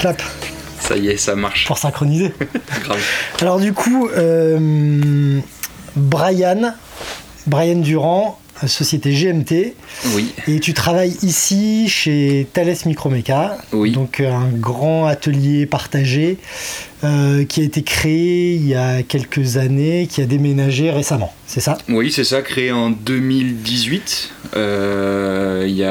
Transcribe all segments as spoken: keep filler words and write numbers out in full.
clap. Ça y est, ça marche. Pour synchroniser. Grave. Alors du coup, euh, Brian, Brian Durand, société G M T. Oui. Et tu travailles ici chez Thales Microméca. Oui. Donc un grand atelier partagé euh, qui a été créé il y a quelques années, qui a déménagé récemment. C'est ça ? Oui, c'est ça, créé en deux mille dix-huit. Euh, il y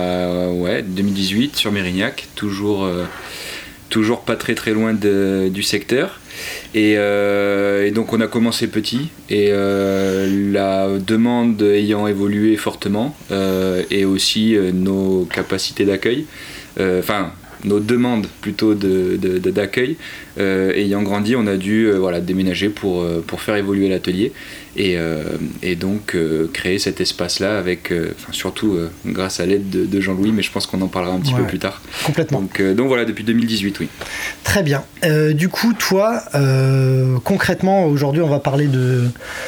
a ouais, deux mille dix-huit sur Mérignac, toujours. Euh, toujours pas très très loin de, du secteur et, euh, et donc on a commencé petit et euh, la demande ayant évolué fortement euh, et aussi euh, nos capacités d'accueil, enfin euh, nos demandes plutôt de, de, de, d'accueil euh, ayant grandi, on a dû euh, voilà, déménager pour, pour faire évoluer l'atelier et, euh, et donc euh, créer cet espace-là avec, euh, surtout euh, grâce à l'aide de, de Jean-Louis, mais je pense qu'on en parlera un petit ouais, peu plus tard. Complètement. Donc, euh, donc voilà, depuis deux mille dix-huit, oui. Très bien. Euh, du coup, toi, euh, concrètement, aujourd'hui, on va parler de,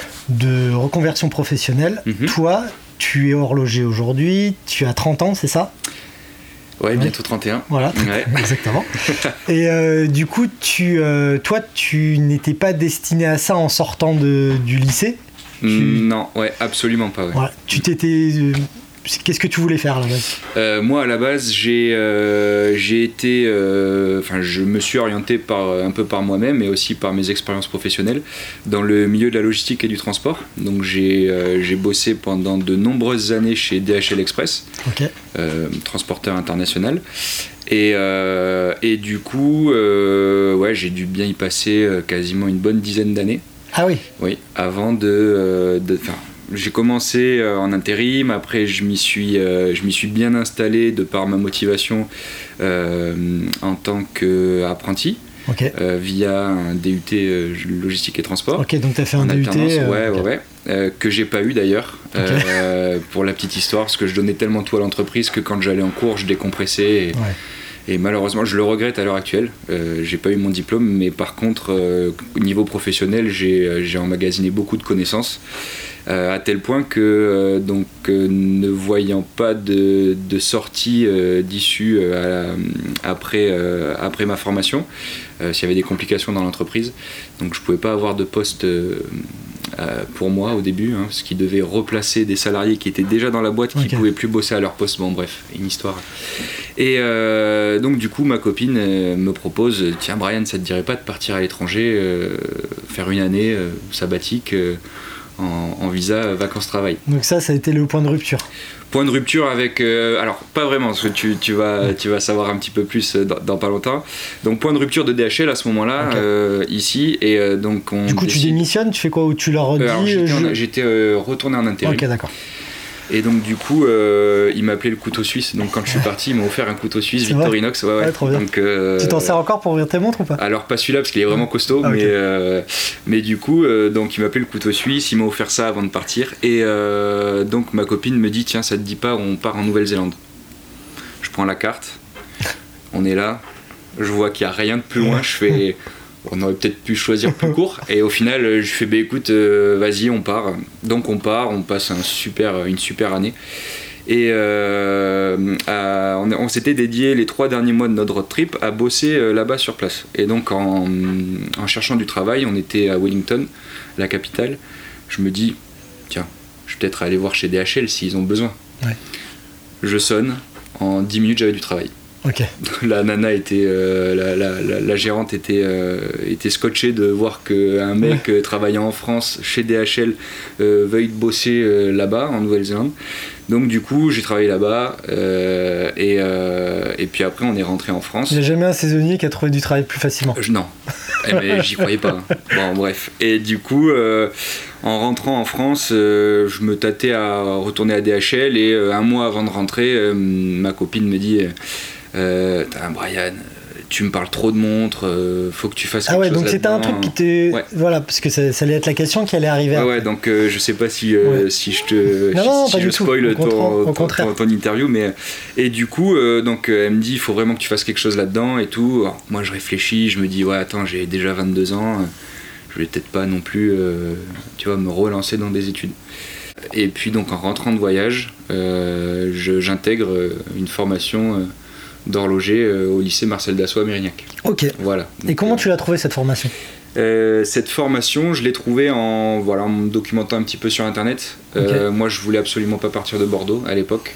de reconversion professionnelle. Mm-hmm. Toi, tu es horloger aujourd'hui, tu as trente ans, c'est ça ? Ouais, ouais, bientôt trente et un. Voilà, ouais. Exactement. Et euh, du coup, tu, euh, toi, tu n'étais pas destiné à ça en sortant de, du lycée ? tu... Non, ouais, absolument pas. Ouais. Voilà. Tu t'étais... Euh, qu'est-ce que tu voulais faire à la base ? euh, Moi, à la base, j'ai, euh, j'ai été... Enfin, euh, je me suis orienté par, un peu par moi-même, mais aussi par mes expériences professionnelles dans le milieu de la logistique et du transport. Donc, j'ai, euh, j'ai bossé pendant de nombreuses années chez D H L Express, okay. euh, transporteur international. Et, euh, et du coup, euh, ouais, j'ai dû bien y passer euh, quasiment une bonne dizaine d'années. Ah oui ? Oui, avant de... Euh, de j'ai commencé euh, en intérim, après je m'y suis, euh, je m'y suis bien installé de par ma motivation euh, en tant qu'apprenti, okay. euh, via un D U T euh, logistique et transport. Ok, donc tu as fait un D U T euh, Ouais, okay. ouais, ouais. Euh, que j'ai pas eu d'ailleurs, okay. euh, pour la petite histoire, parce que je donnais tellement tout à l'entreprise que quand j'allais en cours, je décompressais. Et, ouais. Et malheureusement, je le regrette à l'heure actuelle. Euh, j'ai pas eu mon diplôme, mais par contre, euh, au niveau professionnel, j'ai, j'ai emmagasiné beaucoup de connaissances. Euh, à tel point que, euh, donc, euh, ne voyant pas de, de sortie euh, d'issue euh, après, euh, après ma formation, euh, s'il y avait des complications dans l'entreprise, donc je pouvais pas avoir de poste euh, euh, pour moi au début, hein, ce qui devait replacer des salariés qui étaient déjà dans la boîte, qui okay. pouvaient plus bosser à leur poste. Bon, bref, une histoire. Et euh, donc du coup, ma copine euh, me propose, tiens Brian, ça te dirait pas de partir à l'étranger, euh, faire une année euh, sabbatique euh, En, en visa vacances-travail. Donc ça, ça a été le point de rupture. Point de rupture avec... Euh, alors, pas vraiment, parce que tu, tu, vas, tu vas savoir un petit peu plus dans, dans pas longtemps. Donc, point de rupture de D H L à ce moment-là, okay. euh, ici. Et euh, donc, on du coup, décide... tu démissionnes, tu fais quoi ? Ou tu leur dis euh, alors, J'étais, je... en, j'étais euh, retourné en intérim. Ok, d'accord. Et donc du coup, euh, il m'a appelé le couteau suisse. Donc quand je suis parti, ils m'ont offert un couteau suisse Victorinox. Ouais, ouais. ouais, trop bien. Donc, euh, tu t'en sers encore pour ouvrir tes montres ou pas ? Alors pas celui-là parce qu'il est vraiment costaud, ah, okay. mais euh, mais du coup, euh, donc il m'a appelé le couteau suisse. Il m'a offert ça avant de partir. Et euh, donc ma copine me dit tiens, ça te dit pas, on part en Nouvelle-Zélande. Je prends la carte. On est là. Je vois qu'il y a rien de plus loin. Je fais. On aurait peut-être pu choisir plus court et au final je fais bah écoute euh, vas-y on part, donc on part, on passe un super, une super année et euh, à, on, on s'était dédié les trois derniers mois de notre road trip à bosser euh, là-bas sur place et donc en, en cherchant du travail, on était à Wellington, la capitale, je me dis tiens je vais peut-être aller voir chez D H L s'ils ont besoin. Ouais. Je sonne, en dix minutes j'avais du travail. Okay. La nana était, euh, la, la, la, la gérante était, euh, était scotchée de voir qu'un mec euh, travaillant en France chez D H L euh, veuille bosser euh, là-bas en Nouvelle-Zélande. Donc du coup j'ai travaillé là-bas euh, et, euh, et puis après on est rentré en France. Il n'y a jamais un saisonnier qui a trouvé du travail plus facilement. Euh, non, eh, mais j'y croyais pas. Bon bref. Et du coup euh, en rentrant en France, euh, je me tâtais à retourner à D H L et euh, un mois avant de rentrer, euh, ma copine me dit euh, t'as un Brian, tu me parles trop de montres, euh, faut que tu fasses quelque ah ouais, chose donc c'était un truc qui t'est... Ouais. Voilà, parce que ça, ça allait être la question qui allait arriver. Ah ouais, donc euh, je sais pas si, euh, ouais. si je te non, si, non, si pas je du spoil tout. ton, au ton, ton, ton interview, mais et du coup, euh, donc euh, elle me dit il faut vraiment que tu fasses quelque chose là-dedans et tout. Alors, moi je réfléchis, je me dis ouais attends j'ai déjà vingt-deux ans, euh, je vais peut-être pas non plus, euh, tu vois, me relancer dans des études. Et puis donc en rentrant de voyage, euh, je, j'intègre une formation. Euh, d'horloger euh, au lycée Marcel Dassault à Mérignac. Ok. Voilà. Donc, et comment euh, tu l'as trouvé cette formation ? Euh, cette formation, je l'ai trouvée en, voilà, en me documentant un petit peu sur internet. Okay. Euh, moi, je voulais absolument pas partir de Bordeaux à l'époque.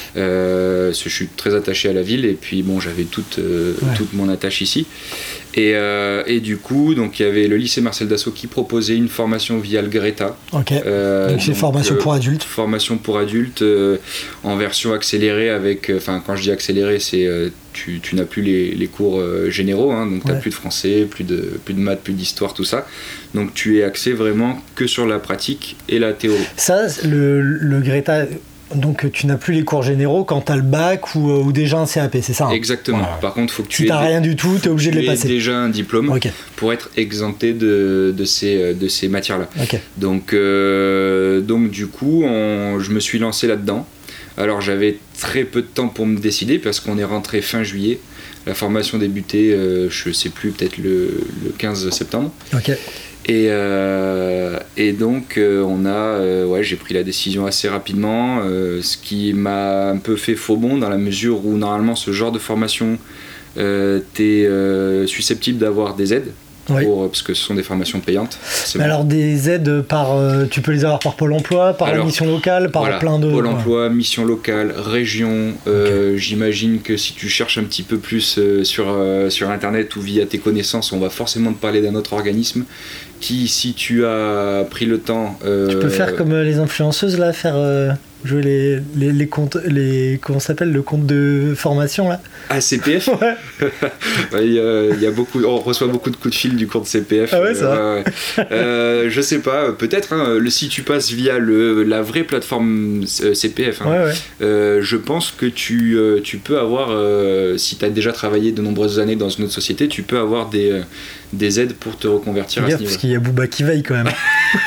Euh, je suis très attaché à la ville et puis bon, j'avais toute, euh, ouais. toute mon attache ici. Et, euh, et du coup, donc il y avait le lycée Marcel Dassault qui proposait une formation via le Greta. Ok. Euh, donc c'est donc, formation euh, pour adultes. Formation pour adultes euh, en version accélérée avec, enfin euh, quand je dis accélérée, c'est euh, tu, tu n'as plus les, les cours euh, généraux, hein, donc tu n'as ouais. plus de français, plus de, plus de maths, plus d'histoire, tout ça. Donc tu es axé vraiment que sur la pratique et la théorie. Ça, le, le Greta... Donc tu n'as plus les cours généraux quand tu as le bac ou, ou déjà un C A P, c'est ça hein ? Exactement. Ouais. Par contre, il faut que tu si tu n'as rien du tout, tu es obligé de les passer. Tu aies déjà un diplôme okay. pour être exempté de, de, ces, de ces matières-là. Okay. Donc, euh, donc du coup, on, je me suis lancé là-dedans. Alors j'avais très peu de temps pour me décider parce qu'on est rentré fin juillet. La formation débutait, euh, je ne sais plus, peut-être le, le quinze septembre. Ok. Et, euh, et donc euh, on a, euh, ouais, j'ai pris la décision assez rapidement, euh, ce qui m'a un peu fait faux bond dans la mesure où normalement ce genre de formation, euh, t'es euh, susceptible d'avoir des aides. Oui. Pour, parce que ce sont des formations payantes. Mais alors des aides par, euh, tu peux les avoir par Pôle Emploi, par alors, la mission locale, par voilà, plein de... Pôle Emploi, ouais. mission locale, région. Euh, okay. J'imagine que si tu cherches un petit peu plus euh, sur, euh, sur Internet ou via tes connaissances, on va forcément te parler d'un autre organisme qui, si tu as pris le temps... Euh, tu peux faire comme les influenceuses là, faire... Euh... jouer les, les, les comptes, les, comment ça s'appelle, le compte de formation là. Ah, C P F. Ouais. Ouais, il y a, il y a beaucoup, on reçoit beaucoup de coups de fil du compte C P F. Ah ouais, ça euh, ouais. euh, je sais pas, peut-être, hein, le, si tu passes via le, la vraie plateforme C P F, hein, ouais, ouais. Euh, je pense que tu, euh, tu peux avoir, euh, si tu as déjà travaillé de nombreuses années dans une autre société, tu peux avoir des, euh, des aides pour te reconvertir Regarde, à ce niveau. Parce qu'il y a Booba qui veille quand même.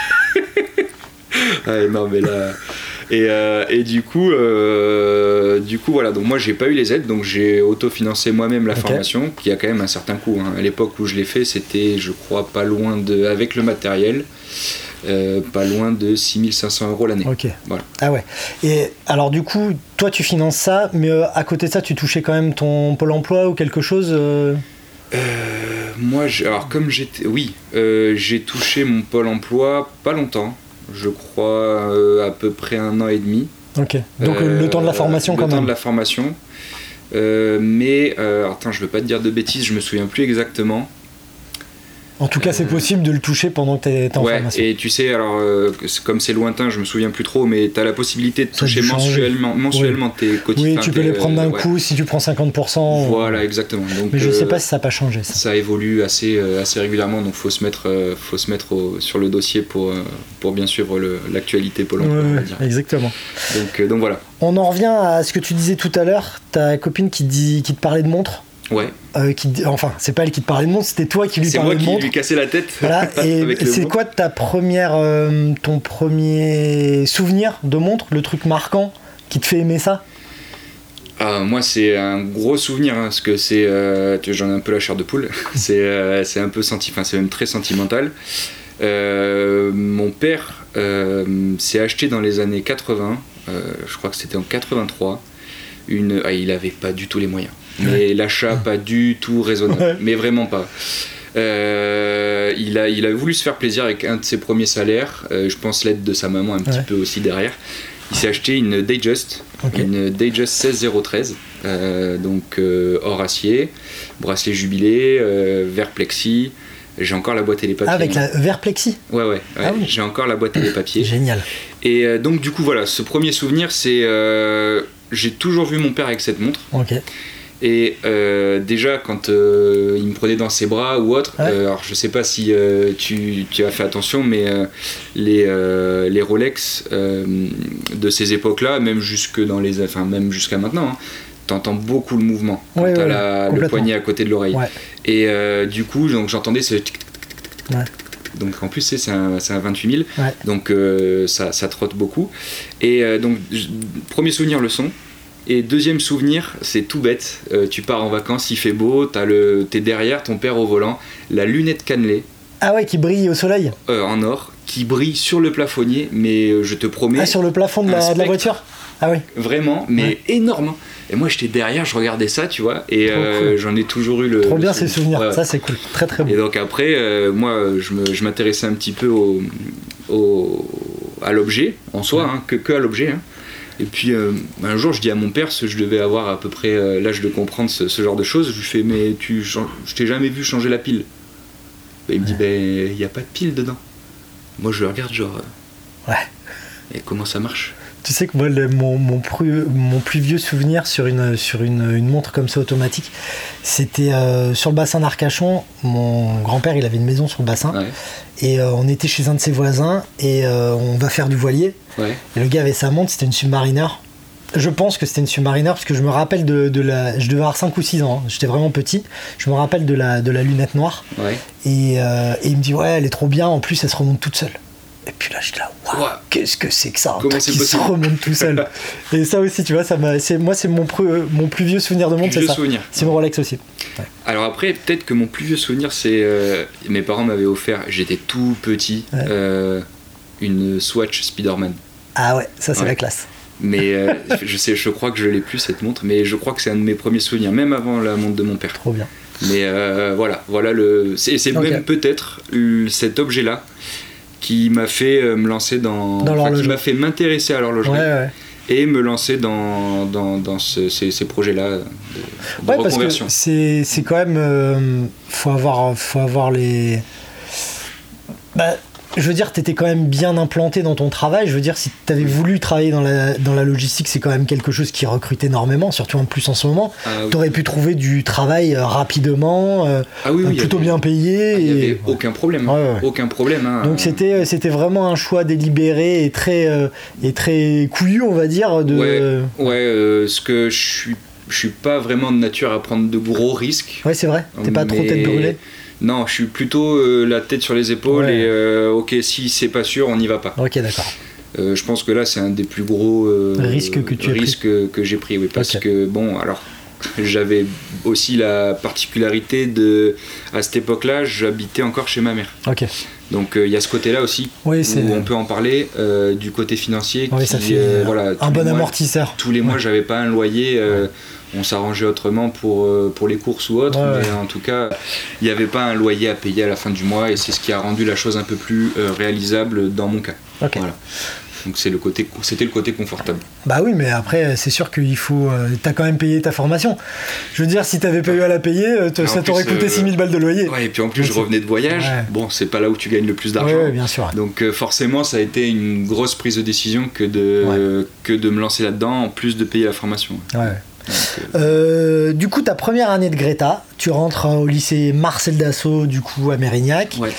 Ouais, non, mais là. Et, euh, et du coup, euh, du coup, voilà. Donc moi, j'ai pas eu les aides, donc j'ai autofinancé moi-même la okay. formation, qui a quand même un certain coût. Hein. À l'époque où je l'ai fait, c'était, je crois, pas loin de, avec le matériel, euh, pas loin de six mille cinq cents euros l'année. Ok. Voilà. Ah ouais. Et alors du coup, toi, tu finances ça, mais euh, à côté de ça, tu touchais quand même ton Pôle Emploi ou quelque chose euh... Euh, moi, j'ai, alors comme j'étais, oui, euh, j'ai touché mon Pôle Emploi pas longtemps. Je crois euh, à peu près un an et demi. Ok. Donc euh, le temps de la formation le quand même. Le temps de la formation. Euh, mais, euh, attends, je veux pas te dire de bêtises, je me souviens plus exactement. En tout cas, euh, c'est possible de le toucher pendant que tu es en ouais, formation. Et tu sais, alors, euh, comme c'est lointain, je me souviens plus trop, mais tu as la possibilité de toucher mensuellement, mensuellement oui. tes cotisations. Oui, tu peux les prendre d'un euh, coup ouais. si tu prends cinquante pour cent. Voilà, exactement. Donc, mais je euh, sais pas si ça n'a pas changé. Ça, ça évolue assez, euh, assez régulièrement, donc il faut se mettre, euh, faut se mettre au, sur le dossier pour, euh, pour bien suivre le, l'actualité Pôle Emploi, ouais, on va dire. Exactement. Donc, euh, donc voilà. On en revient à ce que tu disais tout à l'heure, ta copine qui, dit, qui te parlait de montre. Ouais. Euh, qui, enfin, c'est pas elle qui te parlait de montre, c'était toi qui lui c'est parlais de montre. C'est moi qui lui cassais la tête. Voilà. Et c'est quoi ta première, euh, ton premier souvenir de montre, le truc marquant qui te fait aimer ça? Ah, moi, c'est un gros souvenir, hein, parce que c'est, euh, j'en ai un peu la chair de poule. c'est, euh, c'est un peu senti, enfin, c'est même très sentimental. Euh, mon père euh, s'est acheté dans les années quatre-vingts, euh, je crois que c'était en quatre-vingt-trois. Une, ah, il avait pas du tout les moyens. Mais ouais. L'achat pas du tout raisonnable, ouais. Mais vraiment pas. Euh, il, a, il a voulu se faire plaisir avec un de ses premiers salaires, euh, je pense l'aide de sa maman un petit ouais. peu aussi derrière. Il s'est acheté une Datejust, okay. une Datejust seize zéro treize, euh, donc euh, or acier, bracelet jubilé, euh, verre plexi. J'ai encore la boîte et les papiers. Ah, avec la verre plexi. Ouais, ouais, ouais. Ah oui. J'ai encore la boîte et les papiers. Génial. Et euh, donc, du coup, voilà, ce premier souvenir, c'est. Euh, j'ai toujours vu mon père avec cette montre. Ok. Et euh, déjà, quand euh, il me prenait dans ses bras ou autre, ouais. euh, alors je sais pas si euh, tu, tu as fait attention, mais euh, les, euh, les Rolex euh, de ces époques-là, même, jusque dans les, enfin, même jusqu'à maintenant, hein, t'entends beaucoup le mouvement quand ouais, t'as ouais, la, le poignet à côté de l'oreille. Ouais. Et euh, du coup, donc, j'entendais ce tic tic tic tic. Ouais. Donc en plus c'est, c'est, un, c'est un vingt-huit mille, ouais. Donc euh, ça, ça trotte beaucoup. Et euh, donc j- premier souvenir, le son. Et deuxième souvenir, c'est tout bête, euh, tu pars en vacances, il fait beau, t'as le, t'es derrière, ton père au volant, la lunette cannelée. Ah ouais, qui brille au soleil euh, en or, qui brille sur le plafonnier, mais euh, je te promets... Ah, sur le plafond de la, de la voiture. Ah oui. Vraiment, mais ouais. énorme. Et moi j'étais derrière, je regardais ça, tu vois, et euh, cool. J'en ai toujours eu le. Trop bien le ces souvenirs, ouais. Ça c'est cool, très très bon. Et donc après, euh, moi je, me, je m'intéressais un petit peu au, au, à l'objet en soi, ouais. hein, que, que à l'objet. Hein. Et puis euh, un jour je dis à mon père, je devais avoir à peu près euh, l'âge de comprendre ce, ce genre de choses, je lui fais mais tu, je t'ai jamais vu changer la pile. Et il me dit ouais. ben il n'y a pas de pile dedans. Moi je le regarde genre. Euh, ouais. Et comment ça marche? Tu sais que moi, le, mon, mon, plus, mon plus vieux souvenir sur une, sur une, une montre comme ça automatique, c'était euh, sur le bassin d'Arcachon. Mon grand-père, il avait une maison sur le bassin. Ouais. Et euh, on était chez un de ses voisins et euh, on va faire du voilier. Ouais. Et le gars avait sa montre, c'était une Submariner. Je pense que c'était une Submariner parce que je me rappelle de, de la... Je devais avoir cinq ou six ans, hein, j'étais vraiment petit. Je me rappelle de la, de la lunette noire. Ouais. Et, euh, et il me dit, ouais, elle est trop bien, en plus elle se remonte toute seule. Et puis là, je dis là, waouh, qu'est-ce que c'est que ça, un Comment truc qui se remonte tout seul. Et ça aussi, tu vois, ça m'a, c'est, moi, c'est mon, pre, mon plus vieux souvenir de montre, c'est ça. Souvenir. C'est mon Rolex aussi. Ouais. Alors après, peut-être que mon plus vieux souvenir, c'est euh, mes parents m'avaient offert, j'étais tout petit, ouais. euh, une Swatch Spiderman. Ah ouais, ça c'est ouais. la classe. Mais euh, je sais, je crois que je l'ai plus cette montre, mais je crois que c'est un de mes premiers souvenirs, même avant la montre de mon père. Trop bien. Mais euh, voilà, voilà le, c'est, c'est okay. même peut-être cet objet-là qui m'a fait me lancer dans, dans enfin, qui m'a fait m'intéresser à l'horlogerie ouais, ouais. et me lancer dans, dans, dans ce, ces, ces projets-là de, de ouais, reconversion. Parce que c'est, c'est quand même euh, faut avoir faut avoir les bah, je veux dire, t'étais quand même bien implanté dans ton travail. Je veux dire, si t'avais voulu travailler dans la, dans la logistique, c'est quand même quelque chose qui recrute énormément, surtout en plus en ce moment. Ah, oui. T'aurais pu trouver du travail euh, rapidement, euh, ah, oui, oui, plutôt avait, bien payé. Il n'y avait et, aucun ouais. problème. Ouais, ouais. Aucun problème. Hein. Donc c'était, c'était vraiment un choix délibéré et très, euh, et très couillu, on va dire. De... Ouais, ouais euh, ce que je suis, je suis pas vraiment de nature à prendre de gros risques. Ouais, c'est vrai. T'es pas mais... trop tête brûlée. Non, je suis plutôt euh, la tête sur les épaules ouais. et euh, ok, si c'est pas sûr, on n'y va pas. Ok, d'accord. Euh, je pense que là, c'est un des plus gros euh, risques que, tu risques que, que j'ai pris. Oui, parce okay. que, bon, alors, j'avais aussi la particularité de. À cette époque-là, j'habitais encore chez ma mère. Ok. Donc, il euh, y a ce côté-là aussi oui, où c'est... on peut en parler, euh, du côté financier. Oui, qui, ça fait euh, voilà, un bon mois, amortisseur. Tous les mois, ouais. j'avais pas un loyer. Euh, ouais. On s'arrangeait autrement pour, euh, pour les courses ou autre, ouais, mais ouais. en tout cas, il n'y avait pas un loyer à payer à la fin du mois et c'est ce qui a rendu la chose un peu plus euh, réalisable dans mon cas. Okay. Voilà. Donc c'est le côté, c'était le côté confortable. Bah oui, mais après, c'est sûr qu'il faut... Euh, t'as quand même payé ta formation. Je veux dire, si t'avais pas eu à la payer, t- ça t'aurait plus, coûté euh, six mille balles de loyer. Ouais, et puis en plus, donc, je revenais de voyage. Ouais. Bon, c'est pas là où tu gagnes le plus d'argent. Ouais, ouais, bien sûr. Donc euh, forcément, ça a été une grosse prise de décision que de, ouais. euh, que de me lancer là-dedans, en plus de payer la formation. Ouais. Donc, euh... Euh, du coup, ta première année de Greta, tu rentres au lycée Marcel Dassault, du coup à Mérignac. Ouais.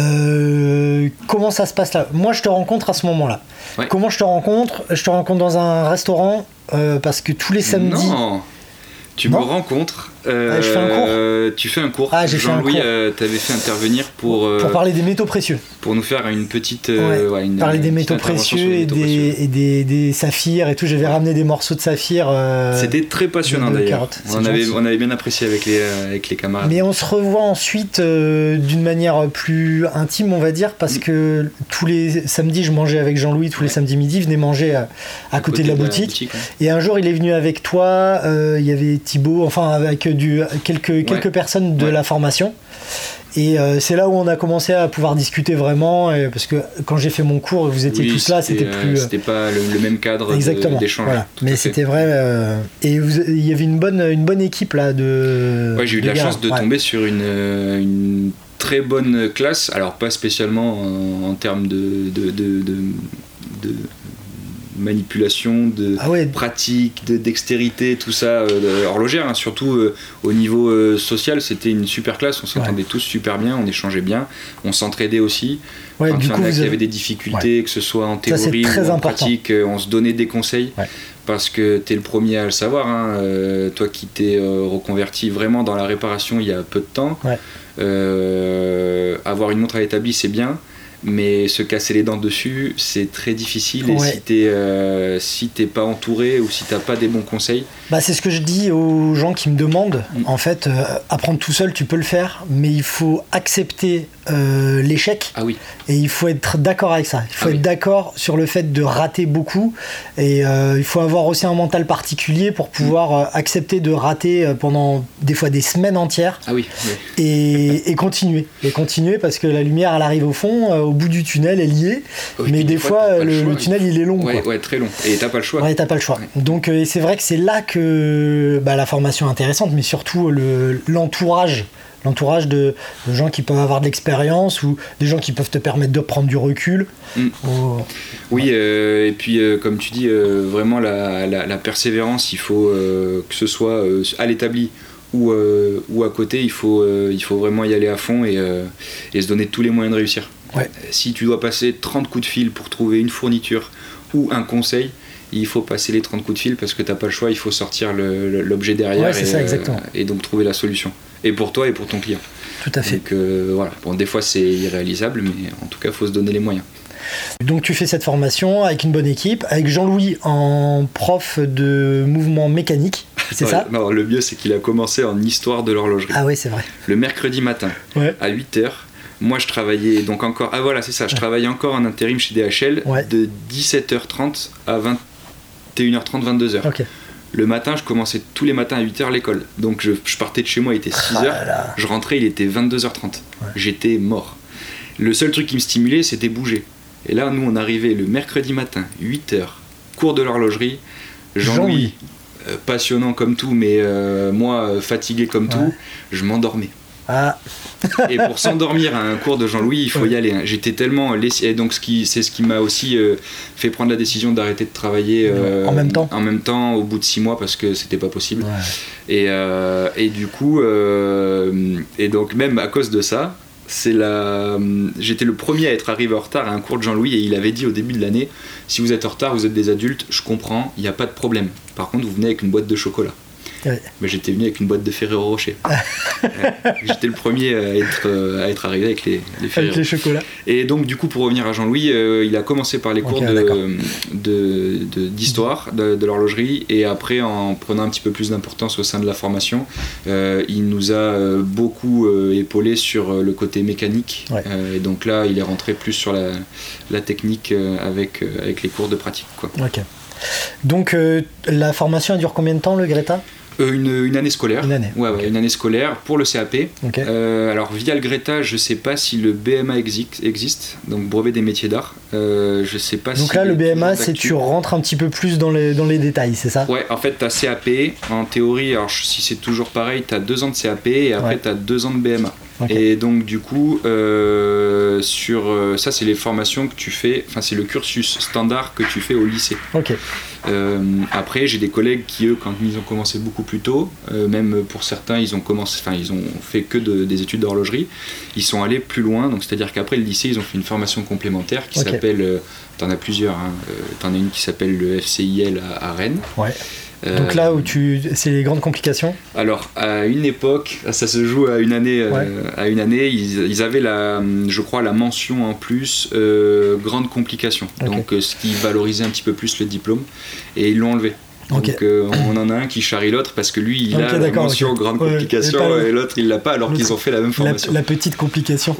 Euh, comment ça se passe là ? Moi, je te rencontre à ce moment-là. Ouais. Comment je te rencontre ? Je te rencontre dans un restaurant euh, parce que tous les samedis. Non, tu non me rencontres. Euh, ah, je fais un cours. Tu fais un cours. Ah, j'ai Jean-Louis fait un cours. Euh, t'avais fait intervenir pour. Euh, pour parler des métaux précieux. Pour nous faire une petite. Euh, ouais. Ouais, une, parler des une métaux précieux et, métaux des, précieux. et des, des saphirs et tout. J'avais ramené des morceaux de saphir. Euh, C'était très passionnant de d'ailleurs. On avait, on avait bien apprécié avec les, euh, avec les camarades. Mais on se revoit ensuite euh, d'une manière plus intime, on va dire, parce mmh. que tous les samedis, je mangeais avec Jean-Louis, tous ouais. les samedis midi, il venait manger à, à, à côté, côté de la de boutique. La boutique ouais. Et un jour, il est venu avec toi, euh, il y avait Thibaut, enfin avec du, quelques, quelques ouais. personnes de ouais. la formation. Et euh, c'est là où on a commencé à pouvoir discuter vraiment, et, parce que quand j'ai fait mon cours, vous étiez oui, tous là, c'était, c'était plus. Euh, c'était pas le, le même cadre exactement, de, d'échange. Voilà. Mais c'était vrai. Euh, et il y avait une bonne, une bonne équipe là de. Ouais, j'ai eu de, de la gars. chance de ouais. tomber sur une, une très bonne classe, alors pas spécialement en, en termes de. de, de, de, de manipulation, de ah ouais. pratique, de dextérité, tout ça, euh, horlogère, hein, surtout euh, au niveau euh, social, c'était une super classe, on s'entendait ouais. tous super bien, on échangeait bien, on s'entraidait aussi. Ouais, Quand du il y en coup, a qui avez... avaient des difficultés, ouais. que ce soit en théorie ça, ou en important. pratique, euh, on se donnait des conseils. Ouais. Parce que t'es le premier à le savoir, hein, euh, toi qui t'es euh, reconverti vraiment dans la réparation il y a peu de temps, ouais. euh, avoir une montre à l'établi c'est bien, mais se casser les dents dessus, c'est très difficile. Et ouais. si t'es euh, si t'es pas entouré ou si t'as pas des bons conseils, bah c'est ce que je dis aux gens qui me demandent. Mmh. En fait, euh, apprendre tout seul, tu peux le faire, mais il faut accepter euh, l'échec. Ah oui. Et il faut être d'accord avec ça. Il faut ah être oui. d'accord sur le fait de rater beaucoup. Et euh, il faut avoir aussi un mental particulier pour pouvoir mmh. euh, accepter de rater pendant des fois des semaines entières. Ah oui. oui. Et, et continuer. Et continuer parce que la lumière, elle arrive au fond, euh, au bout du tunnel, elle y est. Oui, mais des fois, fois le, le, le tunnel, il est long. Ouais, quoi. ouais, très long. Et t'as pas le choix. Ouais, t'as pas le choix. Ouais. Donc, euh, c'est vrai que c'est là que bah, la formation est intéressante, mais surtout le, l'entourage. L'entourage de, de gens qui peuvent avoir de l'expérience ou des gens qui peuvent te permettre de prendre du recul. Mm. Ou, oui, ouais. euh, et puis euh, comme tu dis, euh, vraiment la, la, la persévérance, il faut euh, que ce soit euh, à l'établi ou, euh, ou à côté, il faut, euh, il faut vraiment y aller à fond et, euh, et se donner tous les moyens de réussir. Ouais. Si tu dois passer trente coups de fil pour trouver une fourniture ou un conseil, il faut passer les trente coups de fil parce que t'as pas le choix, il faut sortir le, l'objet derrière ouais, c'est et, ça, exactement. Euh, et donc trouver la solution. Et pour toi et pour ton client. Tout à fait. Donc euh, voilà, bon, des fois c'est irréalisable, mais en tout cas il faut se donner les moyens. Donc tu fais cette formation avec une bonne équipe, avec Jean-Louis en prof de mouvement mécanique, c'est non, ça ? Non, le mieux c'est qu'il a commencé en histoire de l'horlogerie. Ah oui, c'est vrai. Le mercredi matin, ouais. à huit heures. Moi, je travaillais donc encore. Ah voilà, c'est ça. Je ouais. travaillais encore en intérim chez D H L ouais. de dix-sept heures trente à vingt et une heures trente, vingt-deux heures. Okay. Le matin, je commençais tous les matins à huit heures l'école. Donc, je, je partais de chez moi, il était six heures. Ah je rentrais, il était vingt-deux heures trente. Ouais. J'étais mort. Le seul truc qui me stimulait, c'était bouger. Et là, nous, on arrivait le mercredi matin, huit heures, cours de l'horlogerie. Jean-Louis, Jean-Louis. Euh, passionnant comme tout, mais euh, moi, euh, fatigué comme ouais. tout, je m'endormais. Ah. Et pour s'endormir à un cours de Jean-Louis, il faut ouais. y aller. Hein. J'étais tellement laissé. Et donc, ce qui, c'est ce qui m'a aussi euh, fait prendre la décision d'arrêter de travailler euh, en même temps. En même temps, au bout de six mois, parce que c'était pas possible. Ouais. Et, euh, et du coup, euh, et donc même à cause de ça, c'est la. J'étais le premier à être arrivé en retard à un cours de Jean-Louis et il avait dit au début de l'année, si vous êtes en retard, vous êtes des adultes, je comprends, il n'y a pas de problème. Par contre, vous venez avec une boîte de chocolat. Ouais. Mais j'étais venu avec une boîte de Ferrero Rocher. J'étais le premier à être, à être arrivé avec les, les Ferrero. Avec les chocolats. Et donc du coup, pour revenir à Jean-Louis, euh, il a commencé par les cours okay, de, de, de, d'histoire de, de l'horlogerie et après, en prenant un petit peu plus d'importance au sein de la formation, euh, il nous a beaucoup euh, épaulé sur le côté mécanique. Ouais. Euh, et donc là, il est rentré plus sur la, la technique euh, avec, euh, avec les cours de pratique, quoi. Ok. Donc euh, la formation elle dure combien de temps, le Greta ? Euh, une, une année scolaire. Une année. Ouais, ouais, okay. une année scolaire pour le C A P. Okay. Euh, alors via le Greta, je sais pas si le B M A existe, existe donc brevet des métiers d'art. Euh, je sais pas. Donc si là, le B M A, c'est tu rentres un petit peu plus dans les dans les détails, c'est ça ? Ouais, en fait, t'as C A P en théorie. Alors si c'est toujours pareil, t'as deux ans de C A P et après ouais. t'as deux ans de B M A. Okay. Et donc du coup, euh, sur euh, ça, c'est les formations que tu fais. Enfin, c'est le cursus standard que tu fais au lycée. Ok. Euh, après, j'ai des collègues qui eux, quand ils ont commencé beaucoup plus tôt, euh, même pour certains, ils ont commencé, enfin, ils ont fait que de, des études d'horlogerie. Ils sont allés plus loin. Donc, c'est-à-dire qu'après le lycée, ils ont fait une formation complémentaire qui okay. s'appelle. Euh, t'en as plusieurs. Hein, euh, t'en as une qui s'appelle le F C I L à, à Rennes. Ouais. Donc là où tu, c'est les grandes complications. Alors à une époque, ça se joue à une année, ouais. euh, à une année, ils, ils avaient la, je crois la mention en plus euh, grande complication. Okay. Donc euh, ce qui valorisait un petit peu plus le diplôme et ils l'ont enlevé. Okay. Donc euh, on en a un qui charrie l'autre parce que lui il okay, a la mention okay. grande ouais, complication et, et l'autre il l'a pas alors l'autre, qu'ils ont fait la même formation. La, la petite complication.